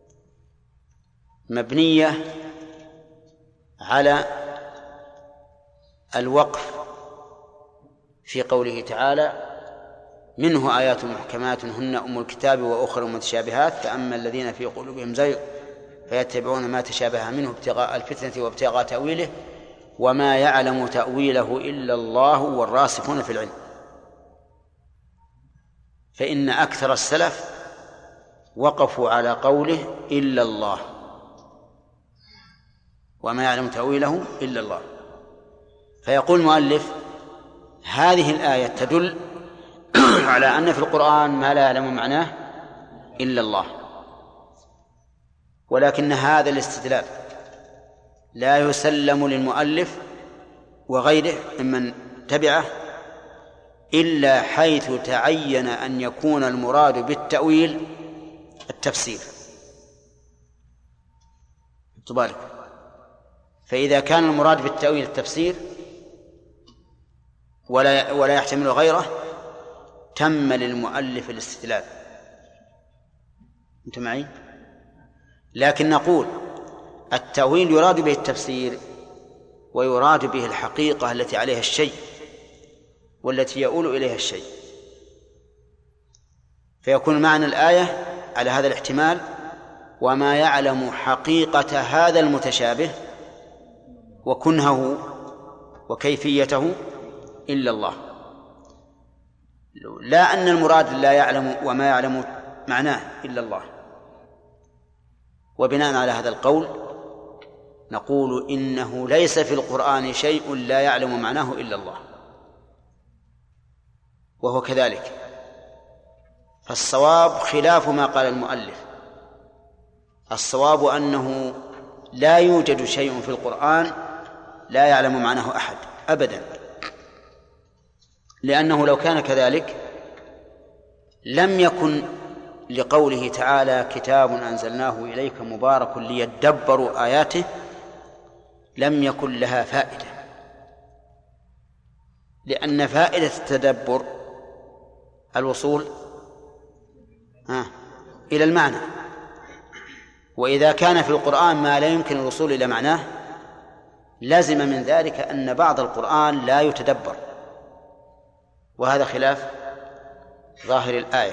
مبنية على الوقف في قوله تعالى منه آيات محكمات هن أم الكتاب وأخرى متشابهات فأما الذين في قلوبهم زيغ فيتبعون ما تشابه منه ابتغاء الفتنة وابتغاء تأويله وما يعلم تأويله إلا الله والراسخون في العلم. فإن أكثر السلف وقفوا على قوله إلا الله، وما يعلم تأويله إلا الله. فيقول المؤلف هذه الآية تدل على أن في القرآن ما لا يعلم معناه إلا الله، ولكن هذا الاستدلال لا يسلم للمؤلف وغيره ممن تبعه إلا حيث تعين أن يكون المراد بالتأويل التفسير. تبارك. فإذا كان المراد بالتأويل التفسير ولا ولا يحتمل غيره تم للمؤلف الاستدلال. أنت معي؟ لكن نقول التأويل يراد به التفسير ويراد به الحقيقة التي عليها الشيء والتي يؤول إليها الشيء، فيكون معنى الآية على هذا الاحتمال وما يعلم حقيقة هذا المتشابه وكنهه وكيفيته إلا الله، لا أن المراد لا يعلم وما يعلم معناه إلا الله. وبناء على هذا القول نقول إنه ليس في القرآن شيء لا يعلم معناه إلا الله، وهو كذلك. فالصواب خلاف ما قال المؤلف، الصواب أنه لا يوجد شيء في القرآن لا يعلم معناه أحد أبدا، لأنه لو كان كذلك لم يكن لقوله تعالى كتاب أنزلناه إليك مبارك ليدبروا آياته لم يكن لها فائدة، لأن فائدة التدبر الوصول آه إلى المعنى، وإذا كان في القرآن ما لا يمكن الوصول إلى معناه لازم من ذلك أن بعض القرآن لا يتدبر، وهذا خلاف ظاهر الآية.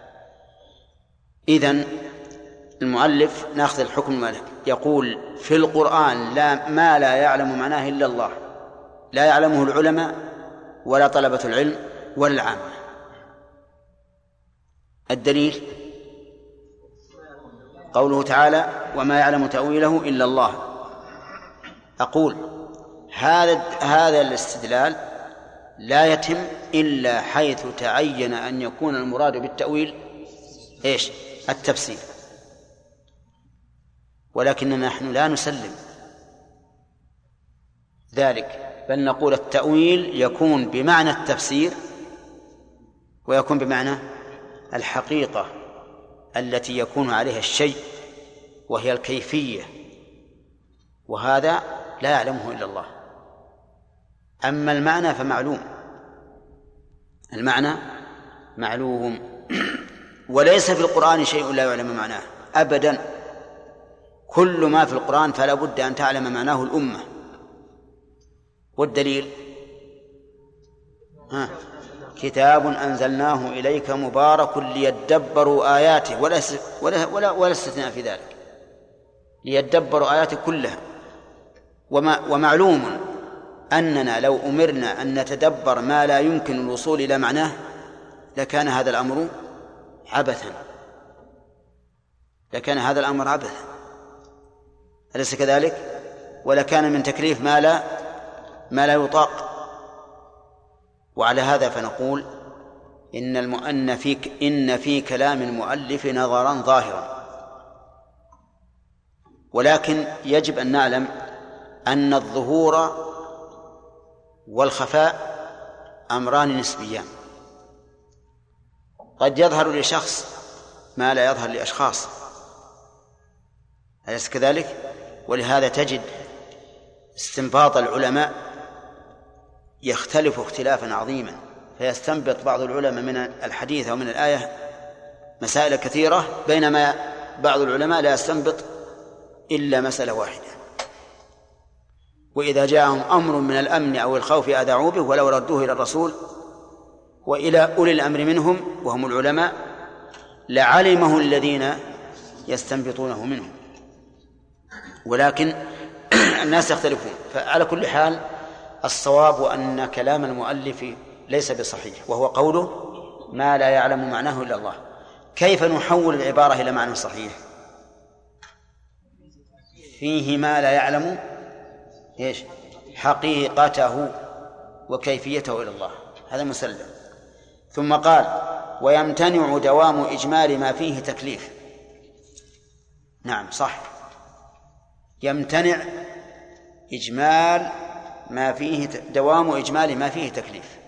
إذن المؤلف ناخذ الحكم المالك يقول في القرآن لا ما لا يعلم معناه إلا الله، لا يعلمه العلماء ولا طلبة العلم ولا العامة. الدليل قوله تعالى وما يعلم تأويله إلا الله. أقول هذا هذا الاستدلال لا يتم إلا حيث تعين أن يكون المراد بالتأويل إيش؟ التفسير، ولكننا نحن لا نسلم ذلك، بل نقول التأويل يكون بمعنى التفسير ويكون بمعنى الحقيقة التي يكون عليها الشيء وهي الكيفية، وهذا لا يعلمه إلا الله. أما المعنى فمعلوم، المعنى معلوم، وليس في القرآن شيء لا يعلم معناه أبدا، كل ما في القرآن فلا بد أن تعلم معناه الأمة. والدليل ها كتاب أنزلناه إليك مبارك ليدبروا آياته، ولا ولا ولا استثناء في ذلك، ليدبروا آياته كلها. وما ومعلوم أننا لو أمرنا أن نتدبر ما لا يمكن الوصول إلى معناه لكان هذا الأمر عبثا، لكان هذا الأمر عبثا، أليس كذلك؟ ولكان من تكليف ما لا ما لا يطاق. وعلى هذا فنقول إن المؤن في إن في كلام المؤلف نظرا ظاهرا، ولكن يجب أن نعلم أن الظهور والخفاء أمران نسبيان، قد يظهر لشخص ما لا يظهر لأشخاص، أليس كذلك؟ ولهذا تجد استنباط العلماء يختلف اختلافا عظيما، فيستنبط بعض العلماء من الحديث أو من الآية مسائل كثيرة، بينما بعض العلماء لا يستنبط إلا مسألة واحدة. وإذا جاءهم أمر من الأمن أو الخوف أذاعوا به ولو ردوه إلى الرسول وإلى أولي الأمر منهم وهم العلماء لعلمه الذين يستنبطونه منهم، ولكن الناس يختلفون. فعلى كل حال الصواب أن كلام المؤلف ليس بصحيح، وهو قوله ما لا يعلم معناه إلا الله. كيف نحول العبارة إلى معنى صحيح؟ فيه ما لا يعلم إيش حقيقته وكيفيته إلى الله، هذا مسلم. ثم قال ويمتنع دوام إجمال ما فيه تكليف. نعم صح، يمتنع إجمال ما فيه دوام إجمال ما فيه تكليف.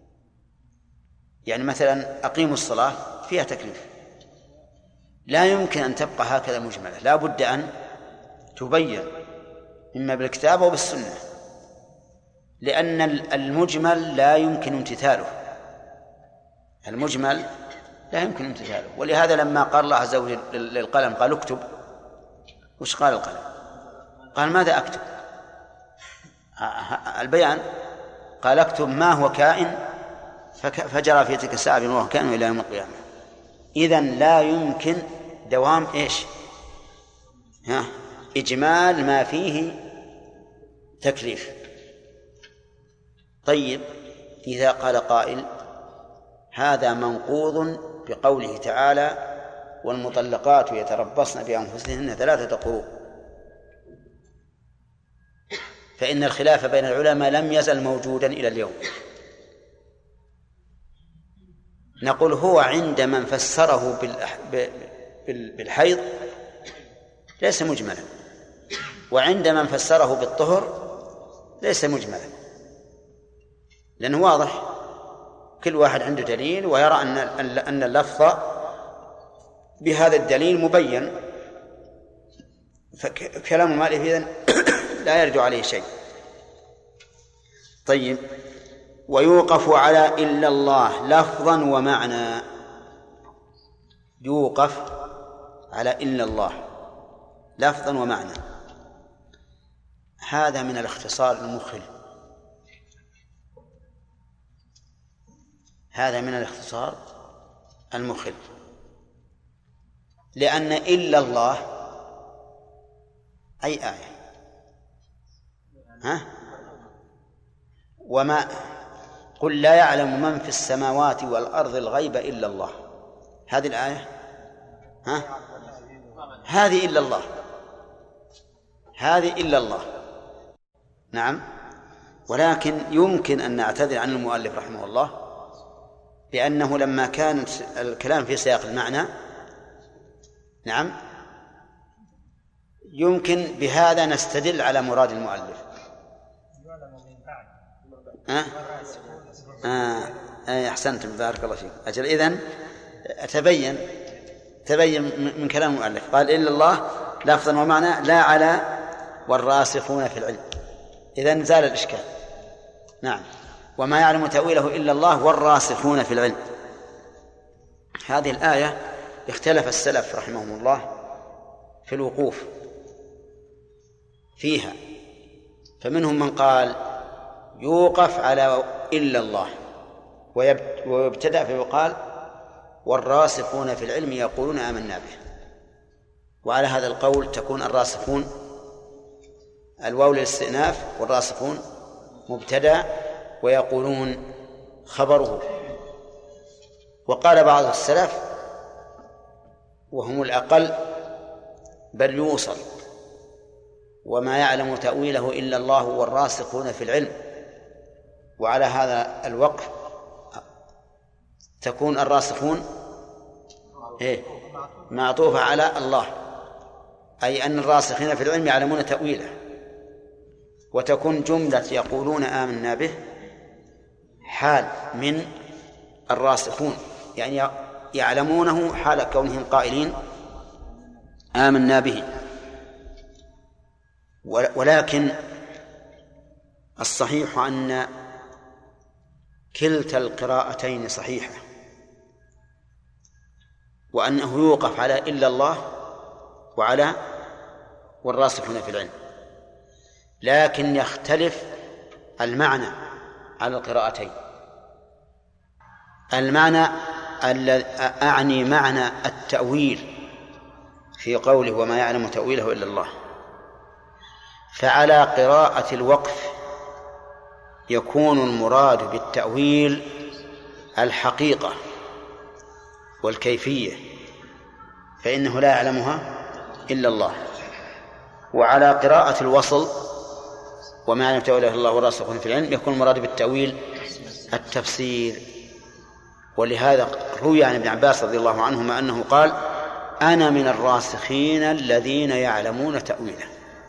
يعني مثلا أقيموا الصلاة فيها تكليف، لا يمكن أن تبقى هكذا مجملة، لا بد أن تبين إما بالكتاب أو بالسنة، لأن المجمل لا يمكن امتثاله، المجمل لا يمكن امتثاله. ولهذا لما قال الله عز وجل للقلم قال اكتب، وش قال القلم؟ قال ماذا أكتب؟ البيان، قال اكتب ما هو كائن فجرى في تلك الساعة بما هو كائن إلى يوم القيامة. إذن لا يمكن دوام إيش؟ ها إجمال ما فيه تكليف. طيب إذا قال قائل هذا منقوض بقوله تعالى والمطلقات يتربصن بأنفسهن ثلاثة قروء، فإن الخلاف بين العلماء لم يزل موجودا إلى اليوم. نقول هو عند من فسره بالحيض ليس مجملا، وعند من فسره بالطهر ليس مجملا، لأنه واضح كل واحد عنده دليل ويرى أن أن اللفظ بهذا الدليل مبين، فكلام المؤلف إذن لا يرجع عليه شيء. طيب ويوقف على إلا الله لفظا ومعنى، يوقف على إلا الله لفظا ومعنى، هذا من الاختصار المخل، هذا من الاختصار المخل، لأن إلا الله أي آية ها وما قل لا يعلم من في السماوات والأرض الغيب إلا الله، هذه الآية ها هذه إلا الله، هذه إلا الله. نعم، ولكن يمكن أن نعتذر عن المؤلف رحمه الله بأنه لما كان الكلام في سياق المعنى نعم يمكن بهذا نستدل على مراد المؤلف. أه؟ آه. آه. أحسنتم بارك الله فيك. أجل إذن تبين تبين من كلام المؤلف قال إلا الله لفظا ومعنى لا على والراسخون في العلم، إذن زال الإشكال. نعم، وما يعلم تأويله إلا الله والراسخون في العلم. هذه الآية اختلف السلف رحمهم الله في الوقوف فيها، فمنهم من قال يوقف على إلا الله ويبتدأ فيقال والراسخون في العلم يقولون آمنا به. وعلى هذا القول تكون الراسخون الواو للاستئناف والراسخون مبتدأ ويقولون خبره. وقال بعض السلف وهم الأقل بل يوصل وما يعلم تأويله إلا الله والراسخون في العلم. وعلى هذا الوقف تكون الراسخون إيه؟ معطوفة على الله، أي أن الراسخين في العلم يعلمون تأويله، وتكون جملة يقولون آمنا به حال من الراسخون، يعني يعلمونه حال كونهم قائلين آمنا به. ولكن الصحيح أن كلتا القراءتين صحيحة، وأنه يوقف على إلا الله وعلى والراسخون في العلم، لكن يختلف المعنى على القراءتين. المعنى أعني معنى التأويل في قوله وما يعلم تأويله إلا الله. فعلى قراءة الوقف يكون المراد بالتأويل الحقيقة والكيفية، فإنه لا يعلمها إلا الله. وعلى قراءة الوصل وما يعلم تأويله إلا الله والراسخون في العلم يكون المراد بالتأويل التفسير. ولهذا روي عن ابن عباس رضي الله عنهما أنه قال أنا من الراسخين الذين يعلمون تأويله،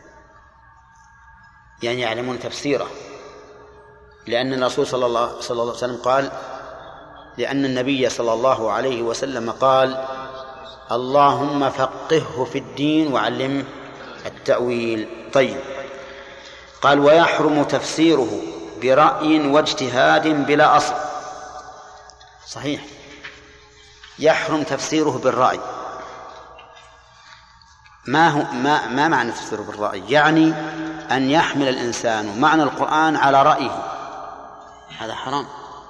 يعني يعلمون تفسيره، لأن الرسول صلى الله, صلى الله عليه وسلم قال لأن النبي صلى الله عليه وسلم قال اللهم فقهه في الدين وعلمه التأويل. طيب، قال ويحرم تفسيره برأي واجتهاد بلا أصل. صحيح، يحرم تفسيره بالرأي. ما هو ما ما معنى تفسيره بالرأي؟ يعني أن يحمل الإنسان معنى القرآن على رأيه، هذا حرام،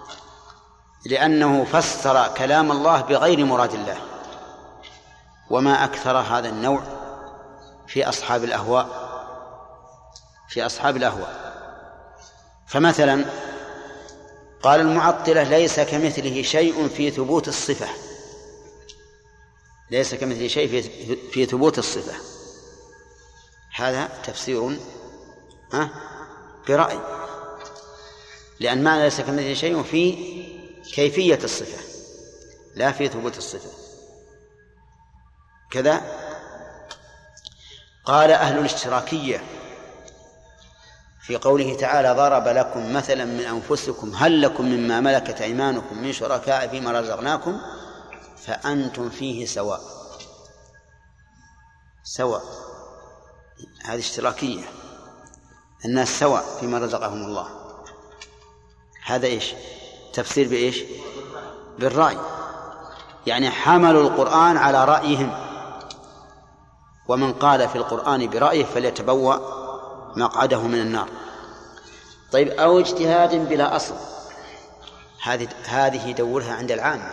لأنه فسر كلام الله بغير مراد الله. وما أكثر هذا النوع في أصحاب الأهواء في أصحاب الأهواء فمثلا قال المعطلة ليس كمثله شيء في ثبوت الصفة، ليس كمثله شيء في في ثبوت الصفة، هذا تفسير ها برأي، لأن معنى ليس كمثله شيء في كيفية الصفة لا في ثبوت الصفة. كذا قال أهل الاشتراكية في قوله تعالى ضرب لكم مثلا من أنفسكم هل لكم مما ملكت أيمانكم من شركاء فيما رزقناكم فأنتم فيه سواء. سواء هذه اشتراكية، الناس سواء فيما رزقهم الله. هذا إيش؟ تفسير بإيش؟ بالرأي، يعني حملوا القرآن على رأيهم، ومن قال في القرآن برأيه فليتبوأ مقعده من النار. طيب، أو اجتهاد بلا أصل، هذه هذه دورها عند العامة.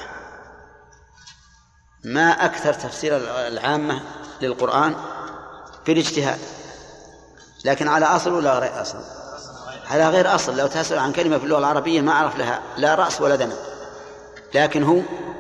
ما أكثر تفسير العامة للقرآن بالاجتهاد، لكن على أصل ولا غير أصل؟ على غير أصل. لو تسأل عن كلمة في اللغة العربية ما عرف لها لا رأس ولا دم، لكن هو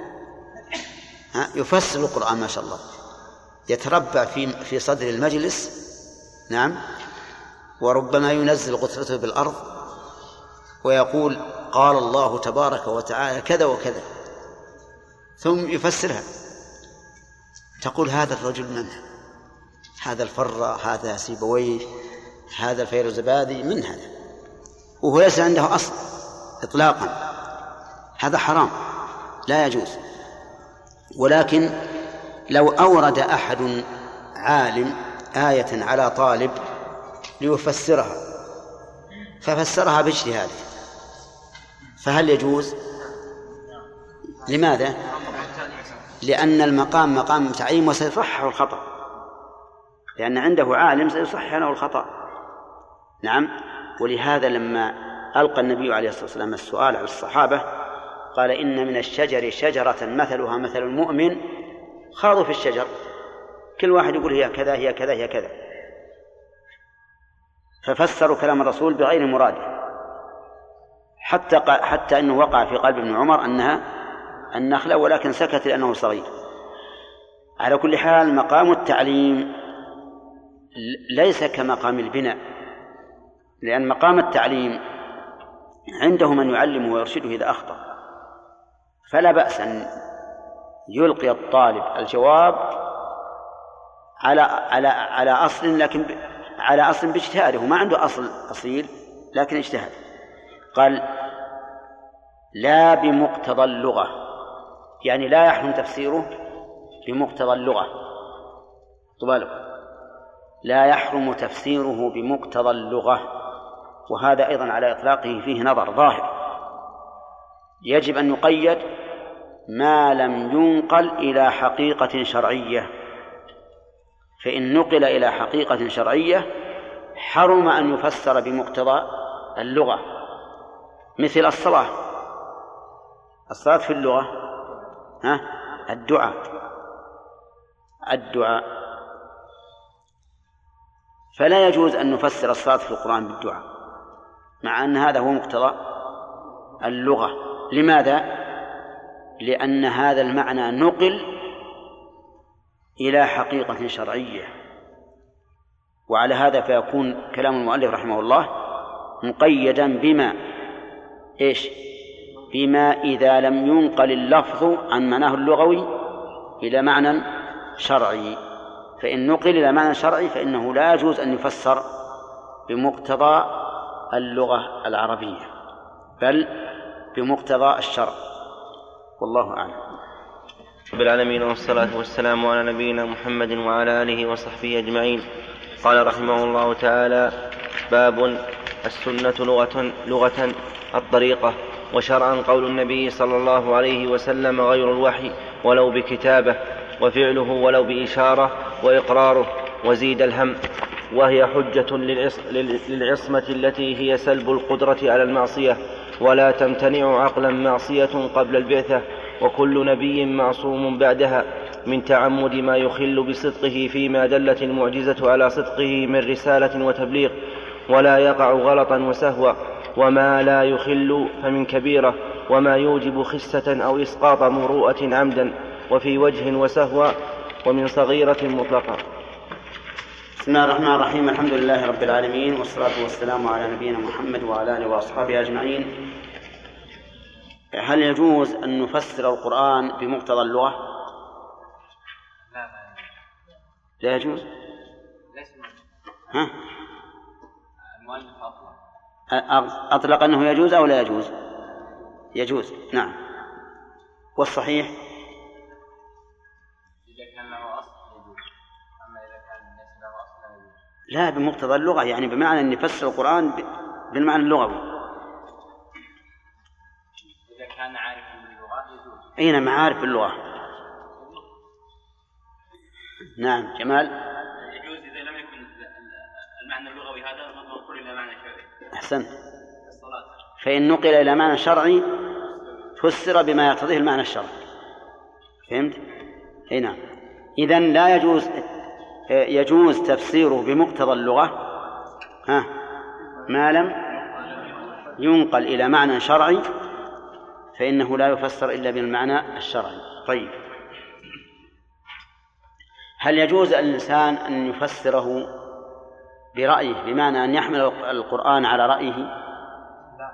يفسر القرآن ما شاء الله، يتربع في في صدر المجلس، نعم، وربما ينزل قطرته بالأرض ويقول قال الله تبارك وتعالى كذا وكذا، ثم يفسرها. تقول هذا الرجل من هذا؟ الفرة، هذا سيبويه، هذا الفيروزبادي، من هذا؟ وهو ليس عنده أصل إطلاقا. هذا حرام لا يجوز. ولكن لو أورد أحد عالم آية على طالب ليفسرها ففسرها باجتهاده فهل يجوز؟ لماذا؟ لأن المقام مقام تعليم وسيصحح الخطأ، لأن عنده عالم سيصحح له الخطأ. نعم. ولهذا لما ألقى النبي عليه الصلاة والسلام السؤال على الصحابة قال إن من الشجر شجرة مثلها مثل المؤمن، خاضوا في الشجر، كل واحد يقول هي كذا هي كذا هي كذا، ففسروا كلام الرسول بغير مراده، حتى حتى أنه وقع في قلب ابن عمر أنها النخلة، ولكن سكت لأنه صغير. على كل حال مقام التعليم ليس كمقام البناء، لأن مقام التعليم عنده من يعلمه ويرشده إذا أخطأ، فلا بأس أن يلقي الطالب الجواب على على على أصل، لكن على أصل باجتهاده، ما عنده أصل أصيل لكن اجتهد. قال لا بمقتضى اللغة، يعني لا يحرم تفسيره بمقتضى اللغة، طبالك لا يحرم تفسيره بمقتضى اللغة، وهذا أيضا على إطلاقه فيه نظر ظاهر، يجب أن يقيد ما لم ينقل إلى حقيقة شرعية، فإن نقل إلى حقيقة شرعية حرم أن يفسر بمقتضى اللغة، مثل الصلاة. الصلاة في اللغة ها الدعاء، الدعاء فلا يجوز أن نفسر الصلاة في القرآن بالدعاء، مع أن هذا هو مقتضى اللغة. لماذا؟ لأن هذا المعنى نقل إلى حقيقة شرعية، وعلى هذا فيكون كلام المؤلف رحمه الله مقيدا بما إيش؟ بما إذا لم ينقل اللفظ عن معناه اللغوي إلى معنى شرعي، فإن نقل إلى معنى شرعي فإنه لا يجوز أن يفسر بمقتضى اللغة العربية، بل بمقتضى الشرع، والله أعلم. رب العالمين، والصلاة والسلام على نبينا محمد وعلى آله وصحبه أجمعين. قال رحمه الله تعالى: باب السنة لغة, لغة الطريقة، وشرعا قول النبي صلى الله عليه وسلم غير الوحي ولو بكتابة، وفعله ولو بإشارة، وإقراره، وزيد الهم، وهي حجة للعصمة التي هي سلب القدرة على المعصية، ولا تمتنع عقلا معصية قبل البعثة، وكل نبي معصوم بعدها من تعمد ما يخل بصدقه فيما دلت المعجزة على صدقه من رسالة وتبليغ، ولا يقع غلطا وسهوا، وما لا يخل فمن كبيرة، وما يوجب خسة أو إسقاط مروءة عمدا وفي وجه وسهوا، ومن صغيرة مطلقة. بسم الله الرحمن الرحيم. الحمد لله رب العالمين، والصلاة والسلام على نبينا محمد وعلى آله وأصحابه أجمعين. هل يجوز أن نفسر القرآن بمقتضى اللغة؟ لا لا يجوز. ها؟ المؤلف أطلق أطلق أنه يجوز أو لا يجوز؟ يجوز، نعم. والصحيح إذا كان له أصل يجوز، أما إذا كان ليس له أصل لا يجوز. لا، بمقتضى اللغة، يعني بمعنى أن نفسر القرآن بالمعنى اللغوي. إذا كان عارفا باللغة يجوز. أين معارف باللغة؟ نعم. جمال. يجوز إذا لم يكن المعنى اللغوي هذا منقول إلى معنى شرعي. أحسنت. الصلاة. فإن نقل إلى معنى شرعي فسر بما يقتضيه المعنى الشرعي. فهمت؟ أي نعم. إذن لا يجوز يجوز تفسيره بمقتضى اللغة ها ما لم ينقل إلى معنى شرعي، فإنه لا يفسر إلا بالمعنى الشرعي. طيب، هل يجوز الإنسان أن يفسره برأيه، بمعنى أن يحمل القرآن على رأيه؟ لا،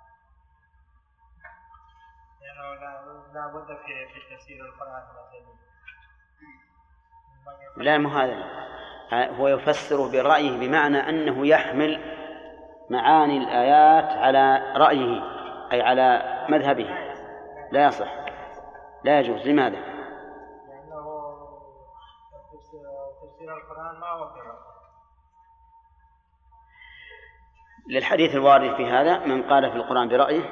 يعني لا بد في تفسير القرآن. لا، مو هذا، هو يفسره برأيه بمعنى أنه يحمل معاني الآيات على رأيه، أي على مذهبه. لا يصح، لا يجوز. لماذا؟ لأنه تفسير القرآن ما هو كذا. للحديث الوارد في هذا: من قال في القرآن برأيه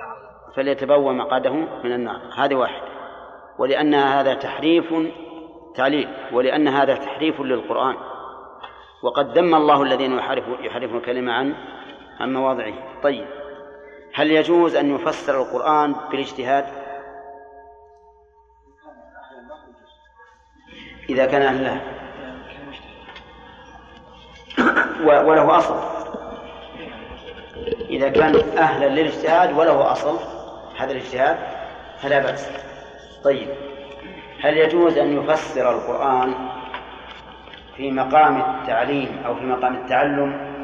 فليتبوأ مقعده من النار. هذه واحد. ولأن هذا تحريف تعليل، ولأن هذا تحريف للقرآن، وقد ذم الله الذين يحرفون الكلمة عن عن مواضعه. طيب، هل يجوز أن يفسر القرآن بالاجتهاد إذا كان أهله وله أصل؟ إذا كان أهلا للاجتهاد وله أصل هذا الاجتهاد فلا بأس. طيب، هل يجوز أن يفسر القرآن في مقام التعليم أو في مقام التعلم،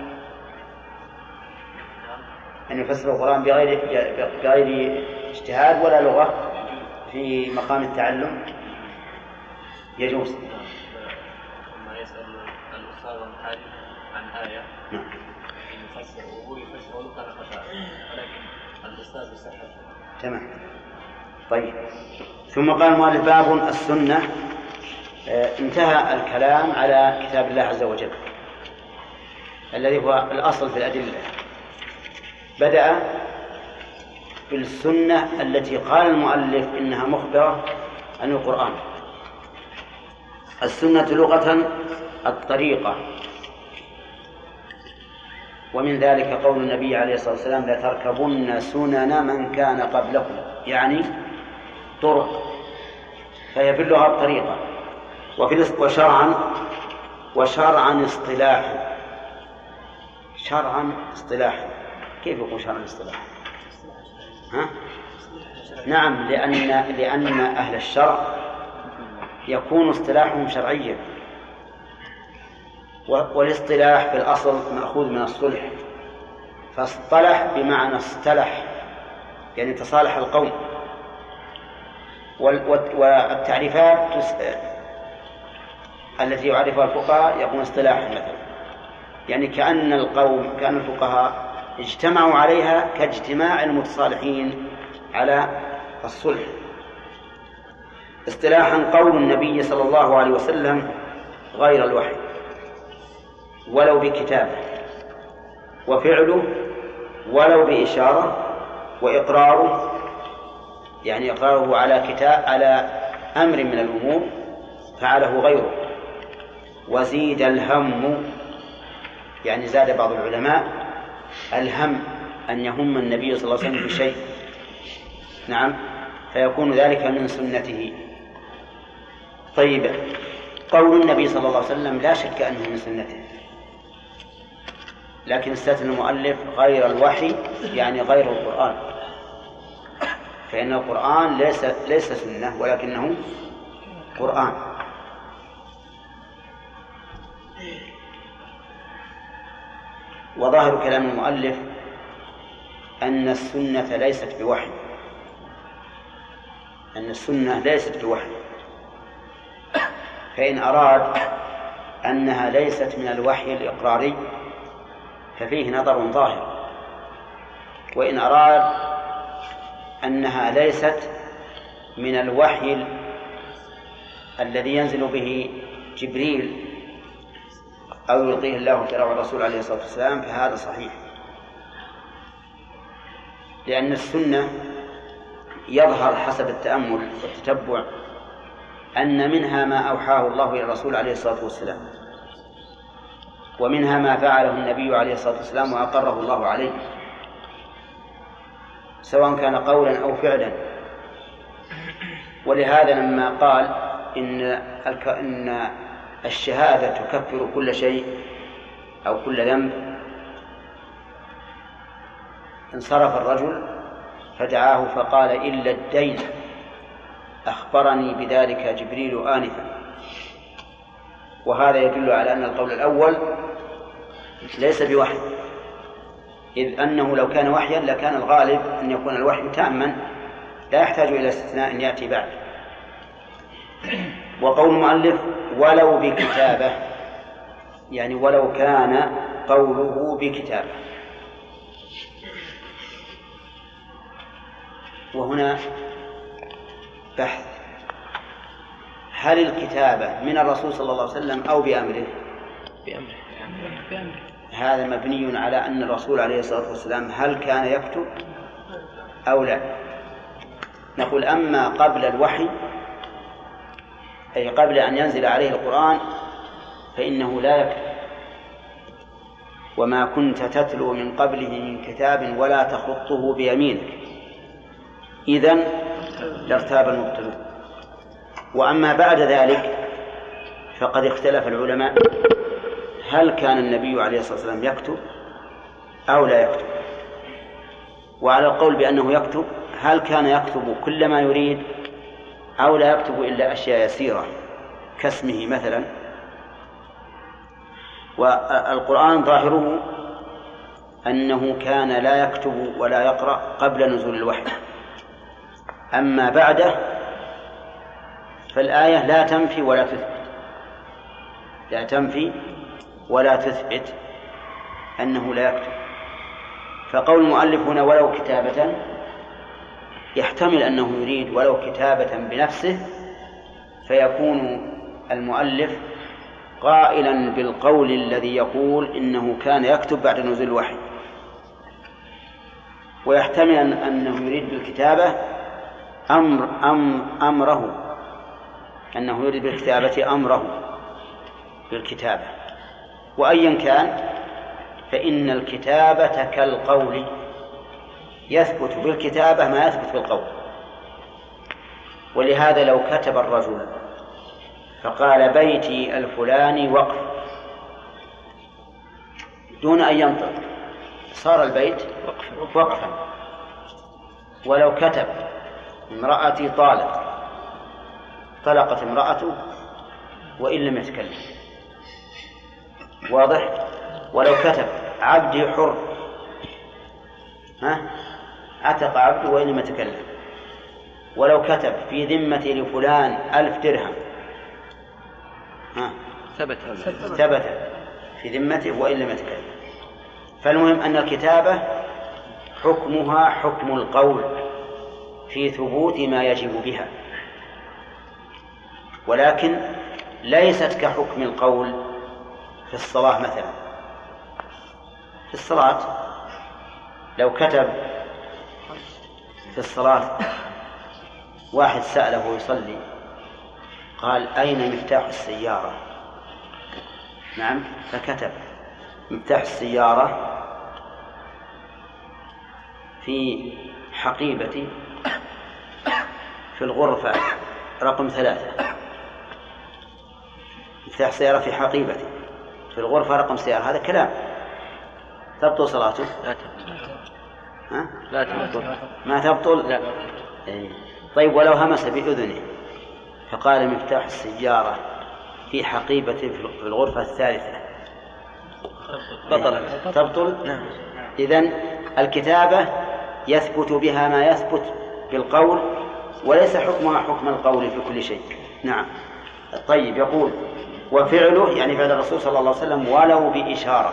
أن يفسر القرآن بغير بغير اجتهاد ولا لغة في مقام التعلم؟ يجوز. لما يسأل الأستاذ الحاج عن آية يفسر وهو يفسر ولو كان خطأ، ولكن الأستاذ يصحح. تمام. طيب، ثم قال المؤلف باب السنة. انتهى الكلام على كتاب الله عز وجل الذي هو الأصل في الأدلة. بدأ بالسنة التي قال المؤلف إنها مخبرة عن القرآن. السنة لغة الطريقة، ومن ذلك قول النبي عليه الصلاة والسلام لتركبن سنن من كان قبلكم، يعني طرق، فهي في اللغة الطريقة. وشرعا وشرعا اصطلاحا. شرعا اصطلاحا كيف يكون شرعا اصطلاحا؟ ها؟ نعم، لأن لأن أهل الشرع يكون اصطلاحهم شرعيا، والاصطلاح في الأصل مأخوذ من الصلح، فاصطلح بمعنى اصطلح، يعني تصالح القوم. والتعريفات التي يعرفها الفقهاء يكون اصطلاحا، مثلا يعني كأن القوم كأن الفقهاء اجتمعوا عليها كاجتماع المتصالحين على الصلح. اصطلاحا قول النبي صلى الله عليه وسلم غير الوحي ولو بكتابه، وفعله ولو بإشارة، وإقراره يعني إقراره على كتاب على أمر من الأمور فعله غيره. وزيد الهم، يعني زاد بعض العلماء الهم أن يهم النبي صلى الله عليه وسلم بشيء، نعم، فيكون ذلك من سنته. طيب، قول النبي صلى الله عليه وسلم لا شك أنه من سنته، لكن استثنى المؤلف غير الوحي يعني غير القرآن، فإن القرآن ليس ليس سنة ولكنه قرآن. وظاهر كلام المؤلف أن السنة ليست بوحي، أن السنة ليست بوحي، فإن أراد أنها ليست من الوحي الإقراري ففيه نظر ظاهر، وإن أراد أنها ليست من الوحي الذي ينزل به جبريل أو يلقيه الله في روع الرسول عليه الصلاة والسلام فهذا صحيح، لأن السنة يظهر حسب التأمل والتتبع أن منها ما أوحاه الله إلى الرسول عليه الصلاة والسلام، ومنها ما فعله النبي عليه الصلاة والسلام وأقره الله عليه، سواء كان قولا أو فعلا. ولهذا لما قال إن إن الشهادة تكفر كل شيء أو كل ذنب، انصرف الرجل فدعاه فقال إلا الدين أخبرني بذلك جبريل آنفا. وهذا يدل على أن القول الأول ليس بوحي، إذ أنه لو كان وحيا لكان الغالب أن يكون الوحي تاما لا يحتاج إلى استثناء يأتي بعد. وقول المؤلف ولو بكتابة يعني ولو كان قوله بكتابة، وهنا بحث: هل الكتابة من الرسول صلى الله عليه وسلم أو بأمره؟ بأمره. هذا مبني على أن الرسول عليه الصلاة والسلام هل كان يكتب أو لا. نقول أما قبل الوحي أي قبل أن ينزل عليه القرآن فإنه لا يكتب. وما كنت تتلو من قبله من كتاب ولا تخطه بيمينك إذن لارتاب المبطلون. وأما بعد ذلك فقد اختلف العلماء هل كان النبي عليه الصلاة والسلام يكتب أو لا يكتب. وعلى القول بأنه يكتب، هل كان يكتب كل ما يريد أو لا يكتب إلا أشياء يسيرة كاسمه مثلا. والقرآن ظاهره أنه كان لا يكتب ولا يقرأ قبل نزول الوحي، أما بعده فالآية لا تنفي ولا تثبت لا تنفي ولا تثبت أنه لا يكتب. فقول المؤلف هنا ولو كتابة يحتمل أنه يريد ولو كتابة بنفسه، فيكون المؤلف قائلا بالقول الذي يقول إنه كان يكتب بعد نزول الوحي، ويحتمل أنه يريد بالكتابة أمر أمر أمره أنه يريد بالكتابة أمره بالكتابة. وأيا كان فإن الكتابة كالقول، يثبت بالكتابة ما يثبت بالقول. ولهذا لو كتب الرجل فقال بيتي الفلاني وقف دون أن ينطق صار البيت وقفا. ولو كتب امرأتي طالق طلقت امرأته وإن لم يتكلم، واضح. ولو كتب عبدي حر ها عتق عبده وإن لم يتكلم. ولو كتب في ذمتي لفلان ألف درهم ها ثبت ثبت في ذمته وإن لم يتكلم. فالمهم أن الكتابة حكمها حكم القول في ثبوت ما يجب بها، ولكن ليست كحكم القول في الصلاة مثلا. في الصلاة لو كتب في الصلاة واحد سأله يصلي قال أين مفتاح السيارة؟ نعم، فكتب مفتاح السيارة في حقيبتي في الغرفة رقم ثلاثة. مفتاح السيارة في حقيبتي في الغرفة رقم سيارة، هذا كلام تبطل صلاته؟ لا تبطل. ها؟ لا تبطل. ما تبطل؟ لا. إيه. طيب ولو همس بأذنه فقال مفتاح السيارة في حقيبتي في الغرفة الثالثة بطل. تبطل؟ نعم. إذن الكتابة يثبت بها ما يثبت بالقول، وليس حكمها حكم القول في كل شيء. نعم. طيب، يقول وفعله يعني فعل الرسول صلى الله عليه وسلم ولو بإشارة.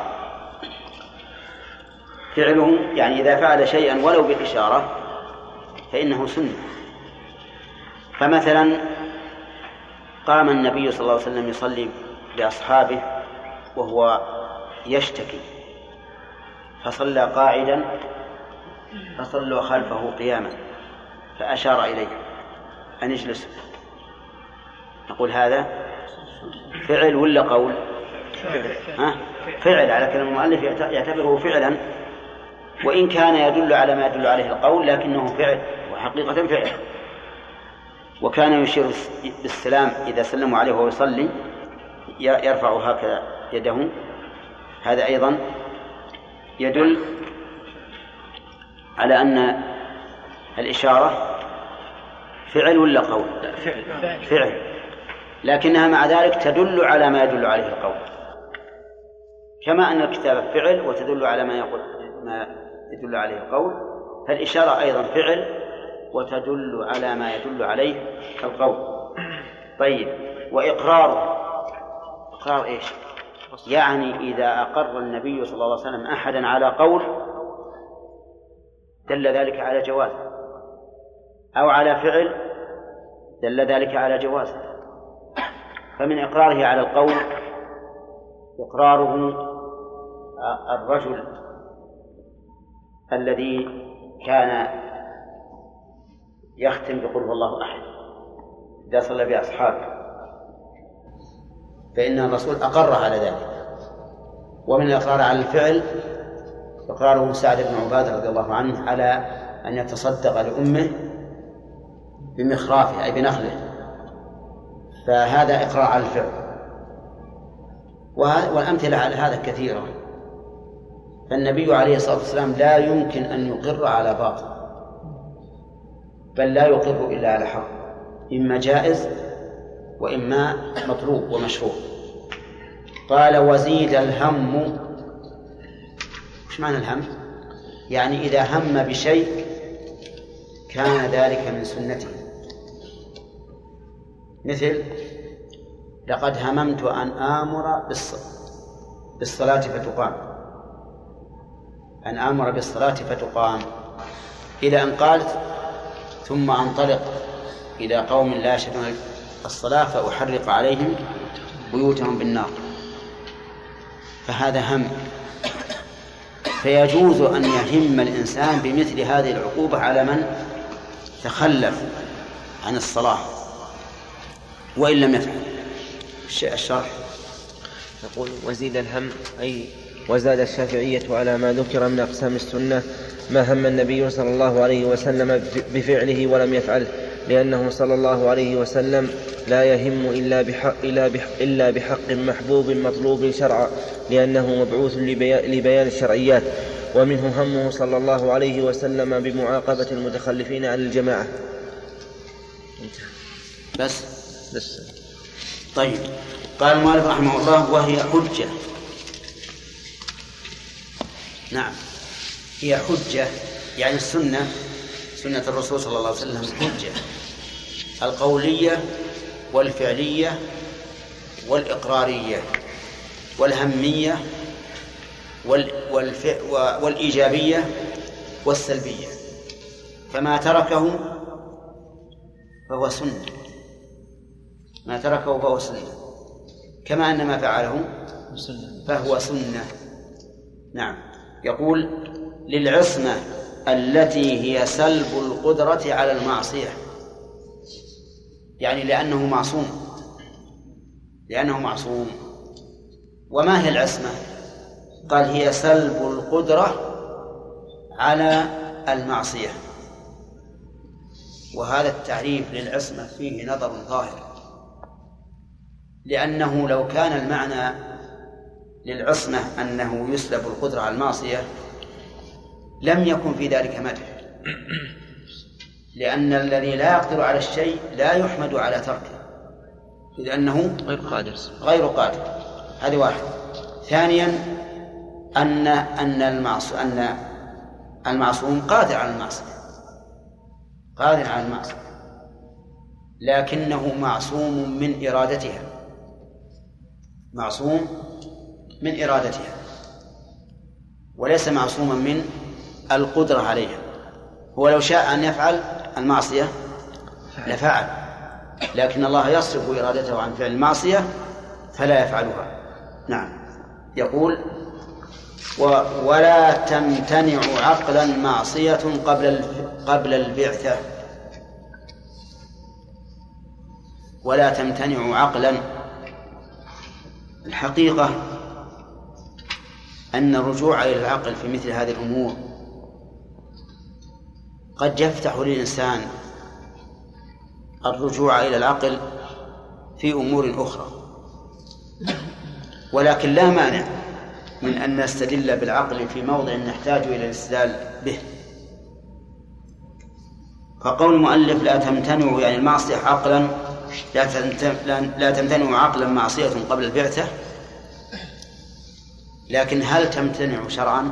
فعله يعني إذا فعل شيئا ولو بإشارة فإنه سنة. فمثلا قام النبي صلى الله عليه وسلم يصلي بأصحابه وهو يشتكي فصلى قاعدا فصلوا خلفه قياما فأشار إليه أن يجلسوا. نقول هذا فعل ولا قول؟ ها؟ فعل على كلام المؤلف يعتبره فعلا، وإن كان يدل على ما يدل عليه القول لكنه فعل وحقيقة فعل. وكان يشير بالسلام إذا سلموا عليه وهو يصلي يرفع هكذا يده، هذا أيضا يدل على أن الإشارة فعل ولا قول؟ فعل. فعل، لكنها مع ذلك تدل على ما يدل عليه القول، كما أن الكتابة فعل وتدل على ما يقول ما يدل عليه القول، فالإشارة أيضا فعل وتدل على ما يدل عليه القول. طيب، وإقراره إقرار إيش؟ يعني إذا أقر النبي صلى الله عليه وسلم أحدا على قول دل ذلك على جوازه، أو على فعل دل ذلك على جوازه. فمن إقراره على القول إقراره الرجل الذي كان يختم بقل هو الله أحد إذا صلى بأصحابه، فإن الرسول أقر على ذلك. ومن الإقرار على الفعل إقراره سعد بن عبادة رضي الله عنه على أن يتصدق لأمه بمخرافه أي بنخله، فهذا إقرار على الفعل. والأمثلة على هذا كثيرة. فالنبي عليه الصلاة والسلام لا يمكن أن يقر على باطل، بل لا يقر إلا على حق، إما جائز وإما مطلوب ومشروع. قال وزيد الهم. وش معنى الهم؟ يعني إذا هم بشيء كان ذلك من سنته، مثل لقد هممت أن آمر بالصلاة فتقام، أن آمر بالصلاة فتقام، إلى أن قالت ثم أنطلق إلى قوم لا يشهدون الصلاة فأحرق عليهم بيوتهم بالنار. فهذا هم. فيجوز أن يهم الإنسان بمثل هذه العقوبة على من تخلف عن الصلاة وإن لم يفعل. الشرح يقول وزيد الهم أي وزاد الشافعية على ما ذكر من أقسام السنة ما هم النبي صلى الله عليه وسلم بفعله ولم يفعله، لأنه صلى الله عليه وسلم لا يهم إلا بحق, إلا بحق, إلا بحق محبوب مطلوب شرعا، لأنه مبعوث لبيان الشرعيات. ومنه همه صلى الله عليه وسلم بمعاقبة المتخلفين عن الجماعة. بس بس طيب. قال المؤلف رحمه الله وهي حجة. نعم هي حجة، يعني السنة سنة الرسول صلى الله عليه وسلم حجة، القولية والفعلية والإقرارية والهمية والإيجابية والسلبية. فما تركه فهو سنة، ما تركه فهو سنة، كما أن ما فعله فهو سنة. نعم. يقول للعصمة التي هي سلب القدرة على المعصية، يعني لأنه معصوم، لأنه معصوم. وما هي العصمة؟ قال هي سلب القدرة على المعصية. وهذا التعريف للعصمة فيه نظر ظاهر، لأنه لو كان المعنى للعصمة أنه يسلب القدرة على المعصية لم يكن في ذلك مدح، لأن الذي لا يقدر على الشيء لا يحمد على تركه، لأنه غير قادر غير قادر. هذه واحد. ثانيا أن أن المعصوم أن المعصوم قادر على المعصية، قادر على المعصية، لكنه معصوم من إرادتها، معصوم من إرادتها، وليس معصوما من القدرة عليها. هو لو شاء أن يفعل المعصية لفعل، لكن الله يصرف إرادته عن فعل المعصية فلا يفعلها. نعم. يقول ولا تمتنع عقلا معصية قبل قبل البعثة. ولا تمتنع عقلا. الحقيقة أن الرجوع إلى العقل في مثل هذه الأمور قد يفتح للإنسان الرجوع إلى العقل في أمور أخرى، ولكن لا مانع من أن نستدل بالعقل في موضع نحتاج إلى الاستدلال به. فقول المؤلف لا تمتنع يعني المعصية عقلا، لا تمتنع عقلا معصية قبل البعثة، لكن هل تمتنع شرعا؟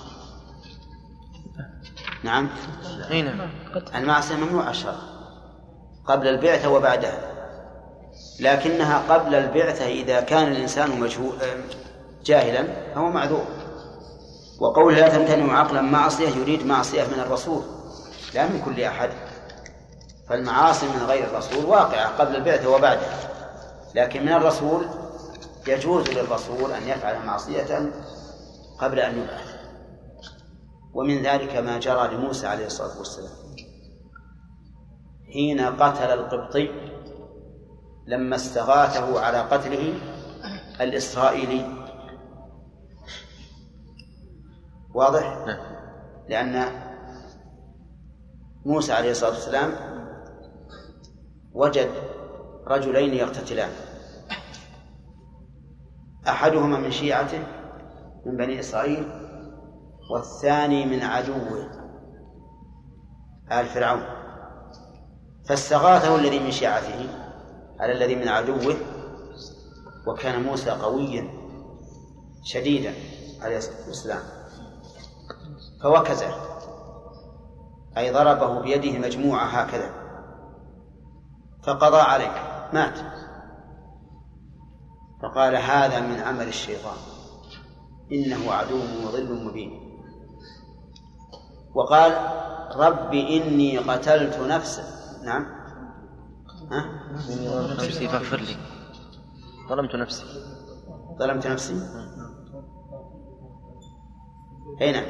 نعم. المعصية ممنوعة شرعا قبل البعثة وبعدها، لكنها قبل البعثة إذا كان الإنسان مجهول جاهلا فهو معذور. وقول لا تمتنع عقلا معصية يريد معصية من الرسول لا من كل أحد، فالمعاصي من غير الرسول واقعة قبل البعثة وبعدها، لكن من الرسول يجوز للرسول أن يفعل معصية قبل أن يبعث. ومن ذلك ما جرى لموسى عليه الصلاة والسلام حين قتل القبطي لما استغاثه على قتله الإسرائيلي واضح؟ لأن موسى عليه الصلاة والسلام وجد رجلين يقتتلان، أحدهما من شيعته من بني إسرائيل والثاني من عدوه آل فرعون، فاستغاثه الذي من شيعته على الذي من عدوه، وكان موسى قويا شديدا عليه الصلاة والسلام، فوكزه أي ضربه بيده مجموعة هكذا فقضى عليه مات. فقال هذا من عمل الشيطان إنه عدو مضل مبين. وقال رب إني قتلت نفسا. نعم ها؟ نفسي فاغفر لي، ظلمت نفسي ظلمت نفسي هنا.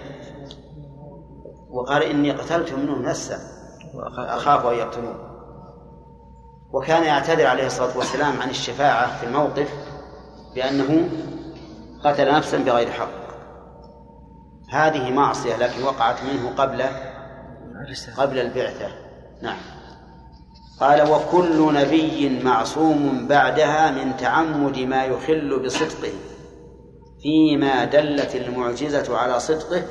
وقال إني قتلت منه نفسا أخاف أن يقتلون. وكان يعتذر عليه الصلاة والسلام عن الشفاعة في الموقف بأنه قتل نفسا بغير حق. هذه معصية لكن وقعت منه قبل قبل البعثة. نعم. قال وكل نبي معصوم بعدها من تعمد ما يخل بصدقه فيما دلت المعجزة على صدقه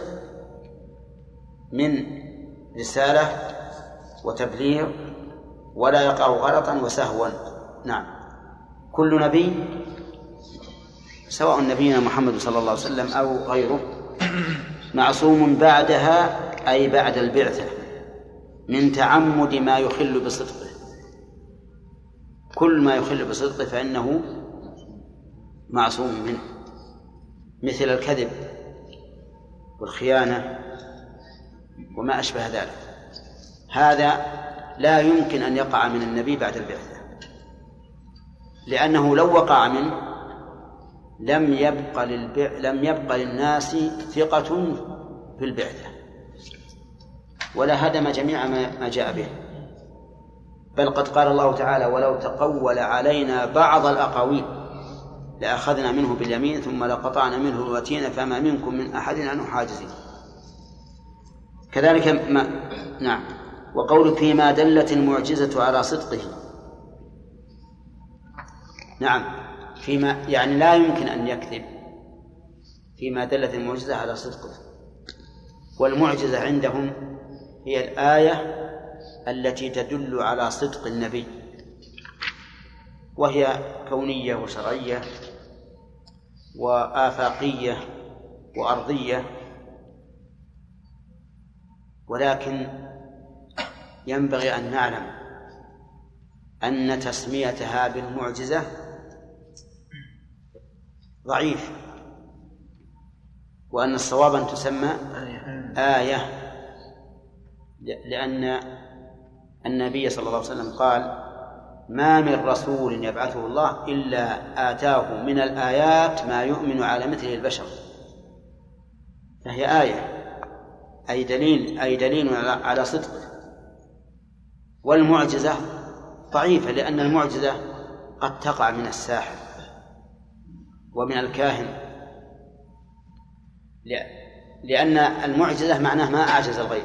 من رسالة وتبليغ ولا يقع غلطا وسهوا. نعم. كل نبي سواء نبينا محمد صلى الله عليه وسلم أو غيره معصوم بعدها أي بعد البعثة من تعمد ما يخل بصدقه. كل ما يخل بصدقه فإنه معصوم منه، مثل الكذب والخيانة وما أشبه ذلك. هذا لا يمكن أن يقع من النبي بعد البعثة، لأنه لو وقع منه لم يبق للبع... لم يبق للناس ثقة في البعثة ولا هدم جميع ما جاء به. بل قد قال الله تعالى ولو تقول علينا بعض الأقاويل لأخذنا منه باليمين ثم لقطعنا منه الوتين فما منكم من أحد عنه حاجزين. كذلك ما... نعم. وقول فيما دلت المعجزة على صدقه. نعم فيما يعني لا يمكن أن يكذب فيما دلت المعجزة على صدقه. والمعجزة عندهم هي الآية التي تدل على صدق النبي، وهي كونية وشرعية وآفاقية وأرضية. ولكن ينبغي أن نعلم أن تسميتها بالمعجزة ضعيف، وأن الصواب أن تسمى آية، لأن النبي صلى الله عليه وسلم قال ما من رسول يبعثه الله إلا آتاه من الآيات ما يؤمن على مثله البشر. فهي آية أي دليل أي دليل على صدقه. والمعجزة ضعيفة لأن المعجزة قد تقع من الساحر ومن الكاهن، لأن المعجزة معناه ما أعجز الغيب،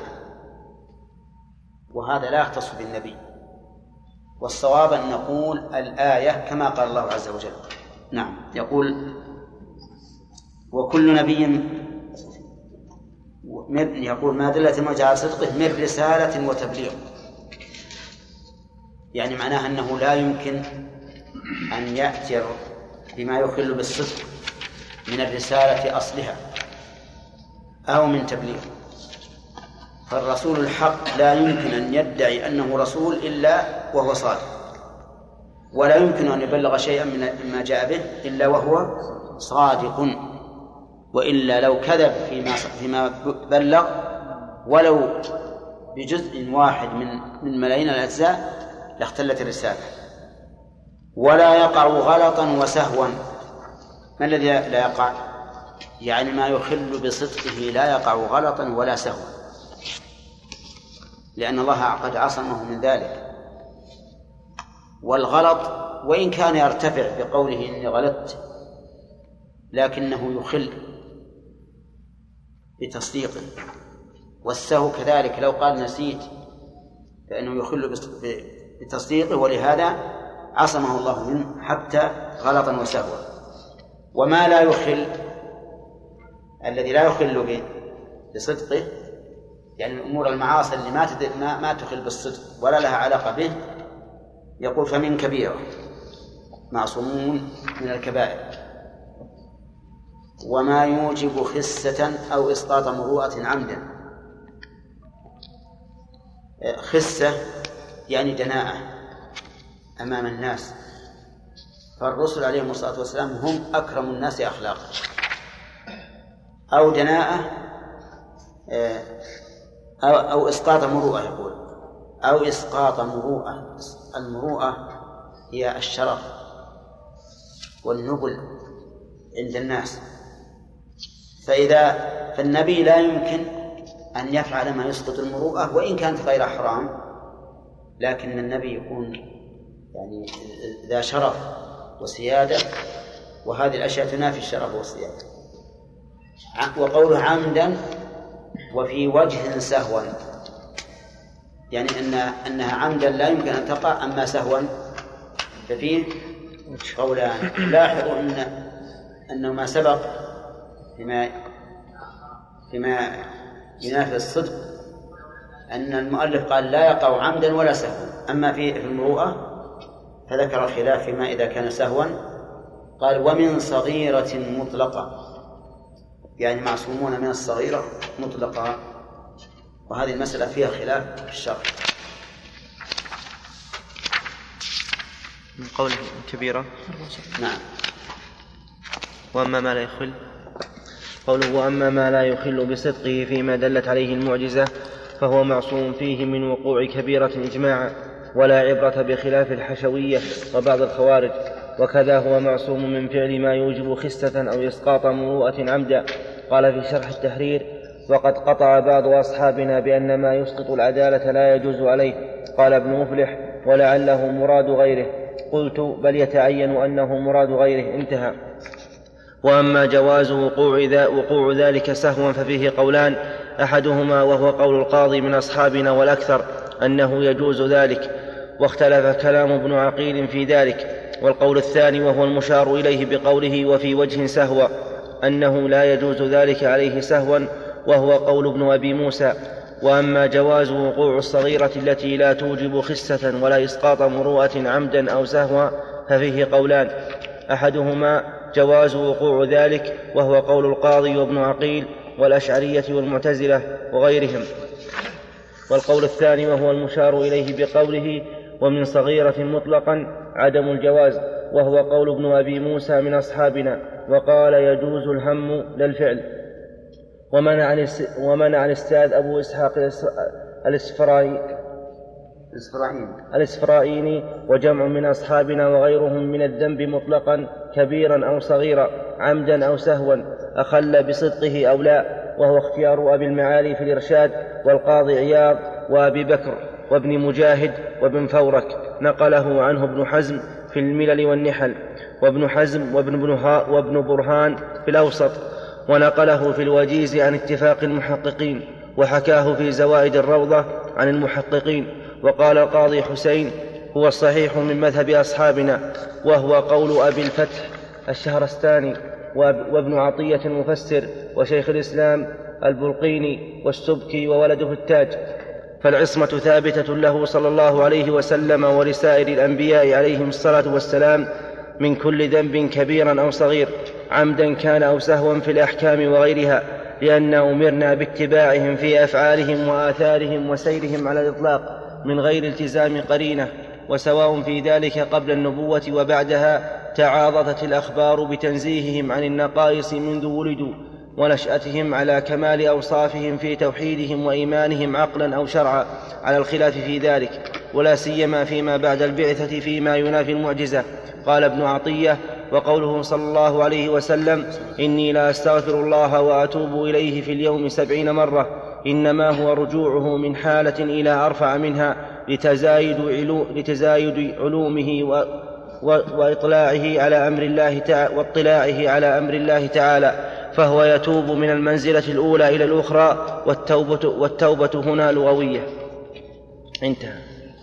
وهذا لا يختص بالنبي. والصواب أن نقول الآية كما قال الله عز وجل. نعم. يقول وكل نبي يقول ما دلت المعجزة على صدقه من رسالة وتبليغ، يعني معناه أنه لا يمكن أن يأتي بما يخل بالصدق من الرسالة أصلها أو من تبليغ. فالرسول الحق لا يمكن أن يدعي أنه رسول إلا وهو صادق، ولا يمكن أن يبلغ شيئا مما جاء به إلا وهو صادق، وإلا لو كذب فيما فيما بلغ ولو بجزء واحد من من ملايين الأجزاء لاختلت الرسالة. ولا يقع غلطا وسهوا. ما الذي لا يقع؟ يعني ما يخل بصدقه لا يقع غلطا ولا سهوا، لأن الله قد عصمه من ذلك. والغلط وإن كان يرتفع بقوله إني غلطت لكنه يخل بتصديقه، والسهو كذلك لو قال نسيت فإنه يخل بتصديقه، ولهذا عصمه الله منه حتى غلطا وسهوا. وما لا يخل، الذي لا يخل بصدقه، يعني الأمور المعاصي اللي ما ما ما تخل بالصدق ولا لها علاقة به، يقول فمن كبيرة، معصومون من الكبائر. وما يوجب خسة أو إسقاط مروءة عمدا. خسة يعني دناءة أمام الناس، فالرسل عليهم الصلاة والسلام هم أكرم الناس أخلاقا. أو دناءة أو, أو إسقاط مروءة، يقول أو إسقاط مروءة. المروءة هي الشرف والنبل عند الناس، فإذا فالنبي لا يمكن أن يفعل ما يسقط المروءة وإن كانت غير حرام، لكن النبي يكون يعني ذا شرف وسيادة، وهذه الأشياء تنافي الشرف والسيادة. وقوله عمدا وفي وجه سهوا، يعني أن أنها عمدا لا يمكن أن تقع، أما سهوا ففيه قولان. لاحظوا أن أنه ما سبق فيما فيما ينافي الصدق أن المؤلف قال لا يقع عمدا ولا سهوا، أما في المروءة فذكر الخلاف فيما إذا كان سهوا، قال ومن صغيرة مطلقة، يعني معصومون من الصغيرة مطلقة، وهذه المسألة فيها خلاف في الشرع. من قوله كبيرة. نعم. وأما ما لا يخل، قوله وأما ما لا يخل بصدقه فيما دلت عليه المعجزة فهو معصوم فيه من وقوع كبيرة إجماعا، ولا عبرة بخلاف الحشوية وبعض الخوارج. وكذا هو معصوم من فعل ما يوجب خسة أو إسقاط مروءة عمدا. قال في شرح التحرير وقد قطع بعض أصحابنا بأن ما يسقط العدالة لا يجوز عليه. قال ابن مفلح ولعله مراد غيره، قلت بل يتعين أنه مراد غيره، انتهى. وأما جواز وقوع, ذا وقوع ذلك سهوا ففيه قولان، أحدهما وهو قول القاضي من أصحابنا والأكثر أنه يجوز ذلك، واختلف كلام ابن عقيل في ذلك. والقول الثاني وهو المشار إليه بقوله وفي وجه سهوا أنه لا يجوز ذلك عليه سهوا، وهو قول ابن أبي موسى. وأما جواز وقوع الصغيرة التي لا توجب خسة ولا إسقاط مروءة عمدا أو سهوا ففيه قولان، أحدهما جواز وقوع ذلك وهو قول القاضي وابن عقيل والأشعرية والمعتزلة وغيرهم. والقول الثاني وهو المشار إليه بقوله ومن صغيرة مطلقا عدم الجواز، وهو قول ابن أبي موسى من أصحابنا، وقال يجوز الهم للفعل. ومنع ومنع الأستاذ أبو إسحاق الإسفرايني وجمع من أصحابنا وغيرهم من الذنب مطلقا كبيرا أو صغيرا عمدا أو سهوا أخل بصدقه أو لا، وهو اختيار أبي المعالي في الإرشاد والقاضي عياض وأبي بكر وابن مجاهد وابن فورك، نقله عنه ابن حزم في الملل والنحل، وابن حزم وابن, وابن برهان في الأوسط، ونقله في الوجيز عن اتفاق المحققين، وحكاه في زوائد الروضة عن المحققين. وقال القاضي حسين هو الصحيح من مذهب أصحابنا، وهو قول أبي الفتح الشهرستاني وابن عطية المفسر وشيخ الإسلام البلقيني والسبكي وولده التاج. فالعصمة ثابتة له صلى الله عليه وسلم ولسائر الأنبياء عليهم الصلاة والسلام من كل ذنب كبيرا أو صغير عمدا كان أو سهوا في الأحكام وغيرها، لأن أمرنا باتباعهم في أفعالهم وآثارهم وسيرهم على الإطلاق من غير التزام قرينة. وسواء في ذلك قبل النبوة وبعدها تعاضدت الأخبار بتنزيههم عن النقائص منذ ولدوا، ونشأتهم على كمال أوصافهم في توحيدهم وإيمانهم عقلا أو شرعا على الخلاف في ذلك، ولا سيما فيما بعد البعثة فيما ينافي المعجزة. قال ابن عطية وقوله صلى الله عليه وسلم إني لا أستغفر الله وأتوب إليه في اليوم سبعين مرة، إنما هو رجوعه من حالة إلى أرفع منها لتزايد, علو لتزايد علومه و وإطلاعه على أمر الله تعالى واطلاعه على أمر الله تعالى، فهو يتوب من المنزلة الأولى إلى الأخرى، والتوبة, والتوبة هنا لغوية. انتهى.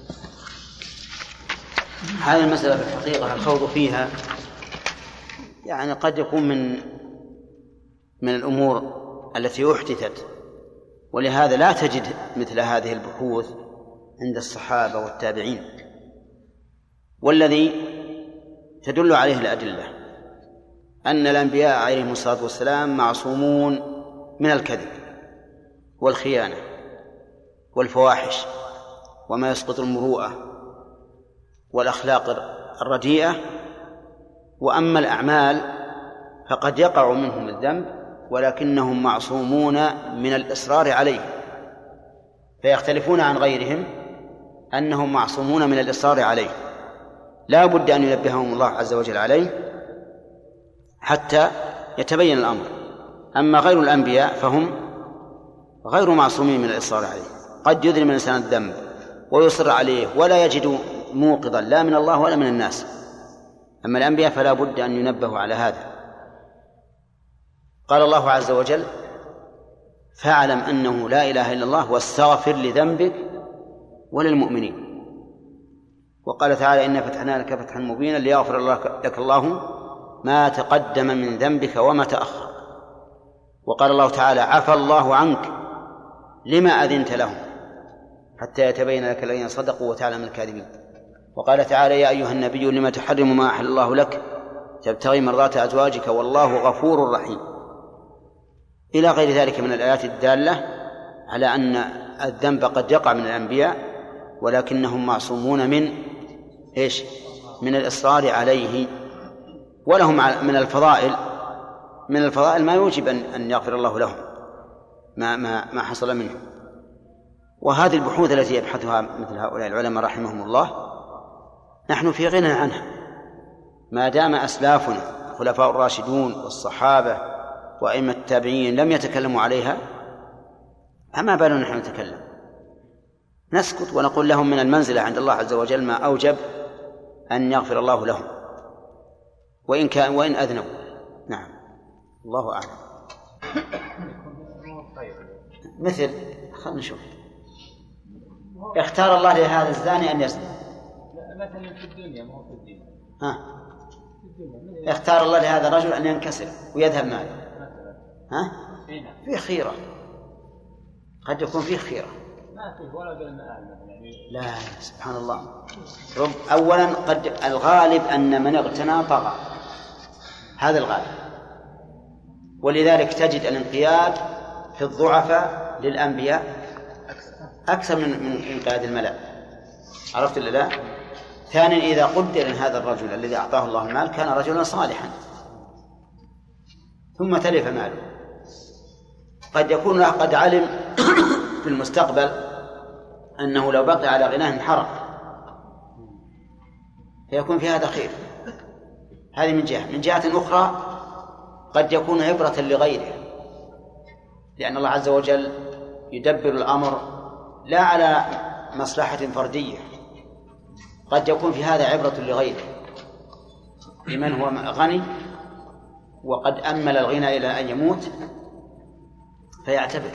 هذه المسألة في الحقيقة الخوض فيها يعني قد يكون من من الأمور التي أحدثت، ولهذا لا تجد مثل هذه البحوث عند الصحابة والتابعين، والذي تدل عليه الأدلة أن الأنبياء عليهم الصلاة والسلام معصومون من الكذب والخيانة والفواحش وما يسقط المروءة والأخلاق الرديئة. وأما الأعمال فقد يقع منهم الذنب ولكنهم معصومون من الإصرار عليه، فيختلفون عن غيرهم أنهم معصومون من الإصرار عليه، لا بد أن ينبههم الله عز وجل عليه حتى يتبين الأمر. أما غير الأنبياء فهم غير معصومين من الإصرار عليه، قد يذنب الإنسان الذنب ويصر عليه ولا يجد موقظا لا من الله ولا من الناس. أما الأنبياء فلا بد أن ينبهوا على هذا. قال الله عز وجل: فاعلم أنه لا إله إلا الله واستغفر لذنبك وللمؤمنين. وقال تعالى: إنا فتحنا لك فتحا مبينا ليغفر لك الله ما تقدم من ذنبك وما تأخر. وقال الله تعالى: عفى الله عنك لما أذنت لهم حتى يتبين لك الذين صدقوا وتعلم الكاذبين. وقال تعالى: يا أيها النبي لما تحرم ما أحل الله لك تبتغي مرضات أزواجك والله غفور رحيم، إلى غير ذلك من الآيات الدالة على أن الذنب قد يقع من الأنبياء ولكنهم معصومون من إيش؟ من الإصرار عليه. ولهم من الفضائل من الفضائل ما يوجب أن يغفر الله لهم ما ما ما حصل منه. وهذه البحوث التي يبحثها مثل هؤلاء العلماء رحمهم الله نحن في غنى عنها ما دام أسلافنا الخلفاء الراشدون والصحابة وأئمة التابعين لم يتكلموا عليها، أما بالنا نحن نتكلم؟ نسكت ونقول لهم من المنزلة عند الله عز وجل ما أوجب أن يغفر الله لهم وإن كان وإن أذنبوا. نعم، الله أعلم. مثل خلنا نشوف، اختار الله لهذا الزاني أن يزني مثلا في الدنيا ما هو في الدين. ها اختار الله لهذا الرجل أن ينكسر ويذهب ماله. ها في خيرة، قد يكون فيه خيرة ما فيه ولا بالمآل يعني. لا سبحان الله. رب أولا قد الغالب أن من اغتنى طغى، هذا الغالب، ولذلك تجد الانقياد في الضعفاء للأنبياء أكثر من من انقياد الملأ. عرفت ولا لا؟ ثانيا إذا قدر أن هذا الرجل الذي أعطاه الله المال كان رجلا صالحا ثم تلف ماله، قد يكون له قد علم في المستقبل أنه لو بقي على غناه انحرق، فيكون في هذا خير. هذه من جهة. من جهة أخرى قد يكون عبرة لغيره، لأن الله عز وجل يدبر الأمر لا على مصلحة فردية، قد يكون في هذا عبرة لغيره لمن هو غني وقد أمل الغنى إلى أن يموت فيعتبر.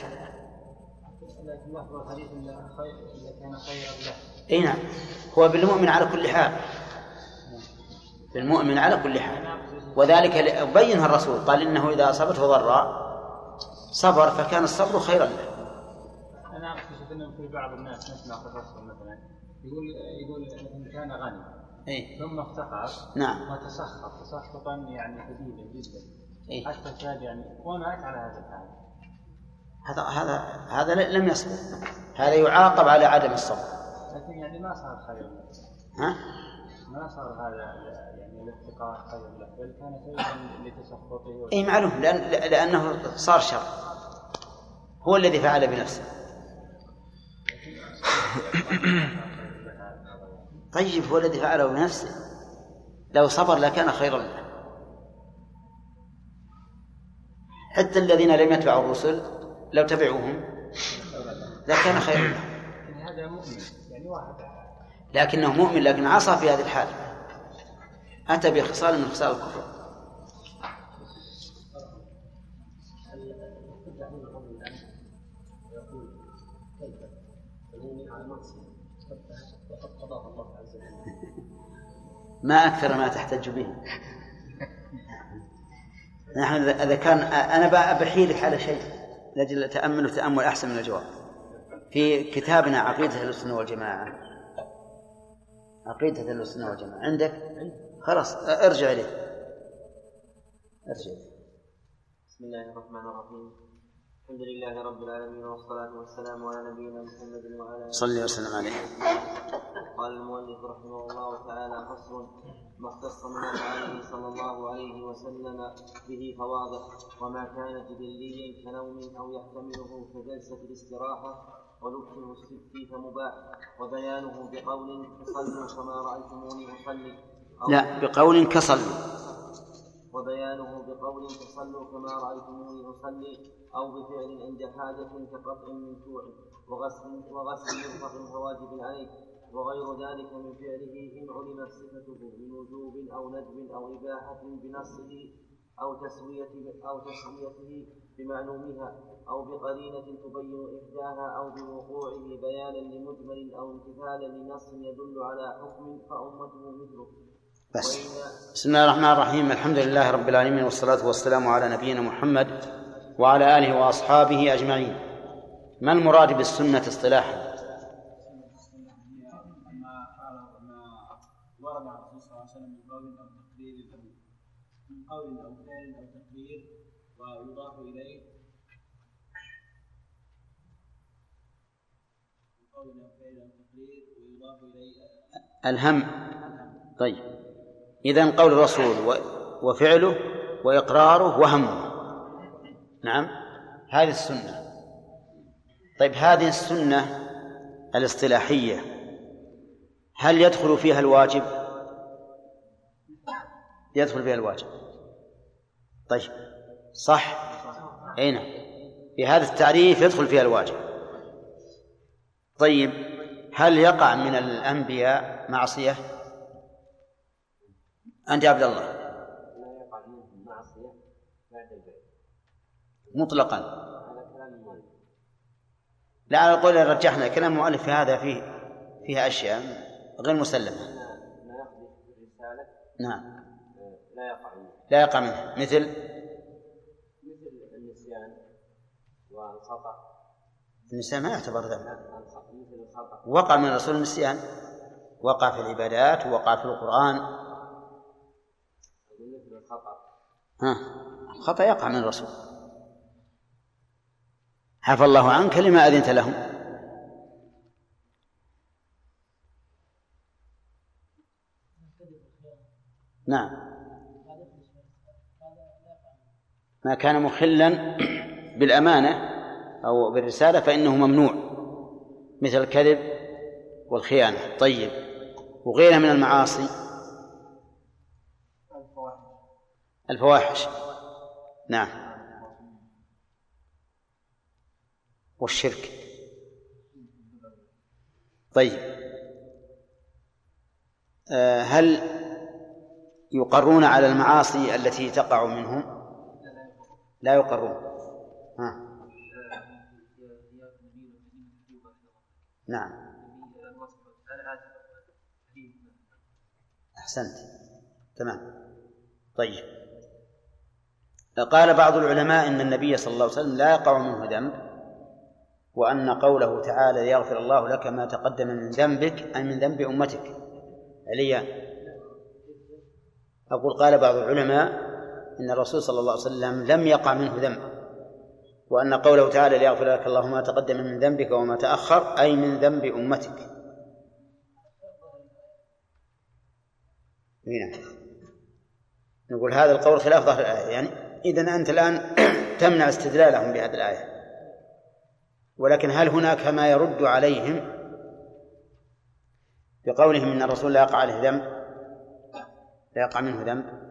أي نعم، هو بالمؤمن على كل حال، بالمؤمن على كل حال. وذلك بينها الرسول، قال إنه إذا أصابته ضراء صبر فكان الصبر خيرا له. أنا أقصد أنه في بعض الناس نسمع في الرسول مثلا يقول يقول إن كان غني إيه؟ ثم افتقر نعم وتسخط تسخطا يعني شديدا جدا إيه؟ حتى كاد يعني ومات على هذا الحال. هذا هذا هذا لم يصبر، هذا يعاقب على عدم الصبر. لكن يعني ما صار خير له. ها؟ ما صار هذا يعني الافتقار خير له، بل كان سببا لتسخطه. اي معلوم، لأن لأنه صار شر، هو الذي فعل بنفسه. طيب هو الذي فعله بنفسه، لو صبر لكان خيرا له. حتى الذين لم يتبعوا الرسل لو تبعوهم لكان خيرا له. هذا مؤمن يعني واحد، لكنه مؤمن لكن عصى في هذه الحال، أتى بخصال من خصال الكفر. ما أكثر ما تحتج به. نحن إذا كان أنا بحيلك على شيء لأجل تأمل وتأمل أحسن من الجواب. في كتابنا عقيدة أهل السنة والجماعة، عقيدة أهل السنة والجماعة عندك؟ خلاص ارجع إليه، ارجع. بسم الله الرحمن الرحيم. الحمد لله رب العالمين والصلاة والسلام على نبينا محمد وعلى آله صلى الله وسلم عليه. قال المؤلف رحمه الله تعالى: فصل: ما اختص من أفعاله صلى الله عليه وسلم به فواضح، وما كان جبليا كنوم أو يحتمله كجلسة الاستراحة ولبس الست فمباح، وبيانه بقول فصلوا كما رأيتموني أصلي، لا بقول كصلوا، وبيانه بقول فصلوا كما رأيتموني أصلي، أو بفعل عند حاجة كقطع من جوع وغسل وغسل مرفق فواجب عليه، وغير ذلك من فعله إن علم صفته من وجوب أو ندب أو إباحة بنصه أو تسوية أو تسويته بمعلومها أو بقرينة تبين إحداها أو بوقوعه بيانا لمجمل أو امتثالا لنص يدل على حكم فأمته مثله. بس. بسم الله الرحمن الرحيم. الحمد لله رب العالمين، والصلاة والسلام على نبينا محمد وعلى آله وأصحابه أجمعين. ما المراد بالسنة اصطلاحا؟ ورد عن الرسول صلى الله عليه وسلم من قول أو تقرير من قول أو فعل أو تقرير ويضاف إليه من قول أو فعل أو تقرير ويضاف إليه الهم. طيب، إذن قول الرسول وفعله وإقراره وهمه، نعم هذه السنة. طيب، هذه السنة الاصطلاحية هل يدخل فيها الواجب؟ يدخل فيها الواجب. طيب صح، أين في هذا التعريف يدخل فيها الواجب. طيب، هل يقع من الأنبياء معصية؟ أنت يا عبد الله. لا يقع منهم معصية بعد البعث مطلقا. هذا كلام المؤلف. لا، على قول رجحنا كلام المؤلف في هذا فيه فيها أشياء غير مسلمة. ما يقضي في الرسالة نعم لا يقع منه. لا يقع منه، مثل مثل النسيان والخطأ. النسيان ما يعتبر ذنب. مثل الخطأ. وقع من الرسول النسيان، وقع في العبادات ووقع في القرآن. مثل الخطأ. ها، الخطأ يقع من الرسول. عفى الله عنك لما أذنت لهم. نعم، ما كان مخلا بالأمانة أو بالرسالة فإنه ممنوع، مثل الكذب والخيانة. طيب، وغيرها من المعاصي. الفواحش، نعم، والشرك. طيب، آه هل يقرون على المعاصي التي تقع منهم؟ لا يقرون. ها. نعم، أحسنت، تمام. طيب، قال بعض العلماء إن النبي صلى الله عليه وسلم لا يقع منه ذنب، وأن قوله تعالى يغفر الله لك ما تقدم من ذنبك أي من ذنب أمتك عليا. أقول قال بعض العلماء إن الرسول صلى الله عليه وسلم لم يقع منه ذنب، وأن قوله تعالى ليغفر لك الله ما تقدم من ذنبك وما تأخر أي من ذنب أمتك. هنا نقول هذا القول خلاف ظاهر الآية، يعني إذن أنت الآن تمنع استدلالهم بهذه الآية. ولكن هل هناك ما يرد عليهم بقولهم إن الرسول لا يقع عليه ذنب، لا يقع منه ذنب؟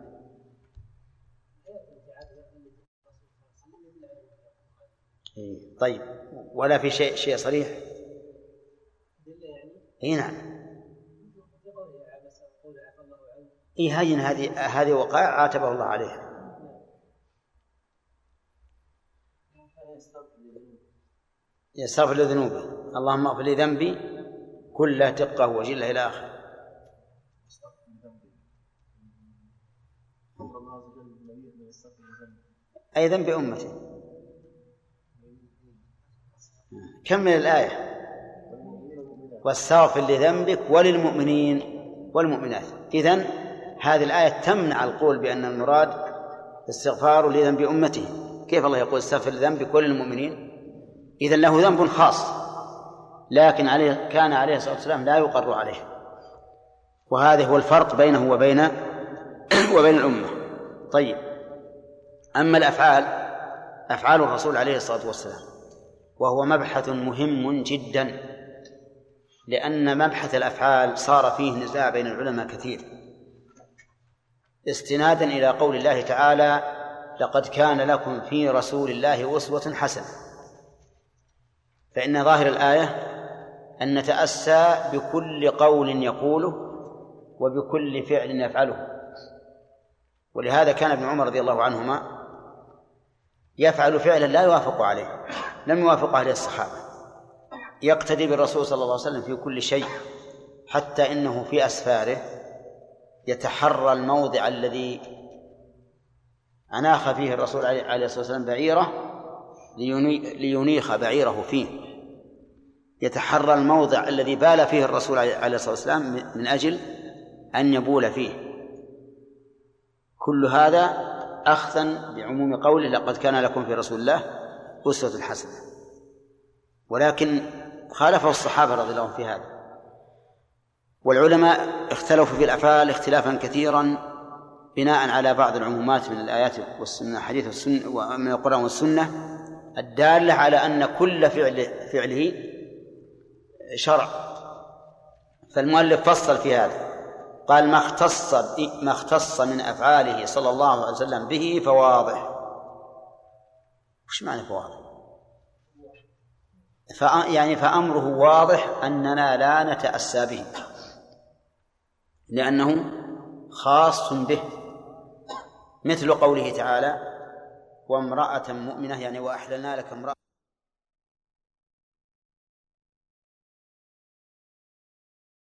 طيب، ولا في شيء شيء صريح؟ اي نعم. إيه هين هذه هذه وقائع عاتبه الله عليها. يستغفر لذنوبه، اللهم اغفر لي ذنبي كله دقه وجله إلى آخره. أي ذنب أمته. كمل الآية: واستغفر لذنبك وللمؤمنين والمؤمنات. إذن هذه الآية تمنع القول بأن المراد استغفار لذنب أمته. كيف الله يقول استغفر لذنبك وللمؤمنين؟ إذن له ذنب خاص، لكن عليه كان عليه الصلاة والسلام لا يقر عليه، وهذا هو الفرق بينه وبين وبين الأمة. طيب، أما الأفعال، أفعال الرسول عليه الصلاة والسلام، وهو مبحث مهم جدا، لأن مبحث الأفعال صار فيه نزاع بين العلماء كثير، استنادا إلى قول الله تعالى: لقد كان لكم في رسول الله أسوة حسنة. فإن ظاهر الآية أن نتأسى بكل قول يقوله وبكل فعل يفعله، ولهذا كان ابن عمر رضي الله عنهما يفعل فعلا لا يوافق عليه، لم يوافق عليه الصحابة، يقتدي بالرسول صلى الله عليه وسلم في كل شيء، حتى إنه في أسفاره يتحرى الموضع الذي أناخ فيه الرسول عليه الصلاة والسلام بعيره لينيخ بعيره فيه، يتحرى الموضع الذي بال فيه الرسول عليه الصلاة والسلام من أجل أن يبول فيه. كل هذا أخذا بعموم قوله: لقد كان لكم في رسول الله أسوة حسنة. ولكن خالفه الصحابة رضي الله عنهم في هذا، والعلماء اختلفوا في الأفعال اختلافا كثيرا بناء على بعض العمومات من الآيات والسنة الحديث والسنة ومن القرآن والسنة الدالة على أن كل فعل فعله شرع. فالمؤلف فصل في هذا، قال: ما اختص ما اختص من أفعاله صلى الله عليه وسلم به فواضح. وش معنى فواضح؟ يعني فأمره واضح أننا لا نتأسى به، لأنه خاص به، مثل قوله تعالى: وامرأة مؤمنة، يعني وأحللنا لك امرأة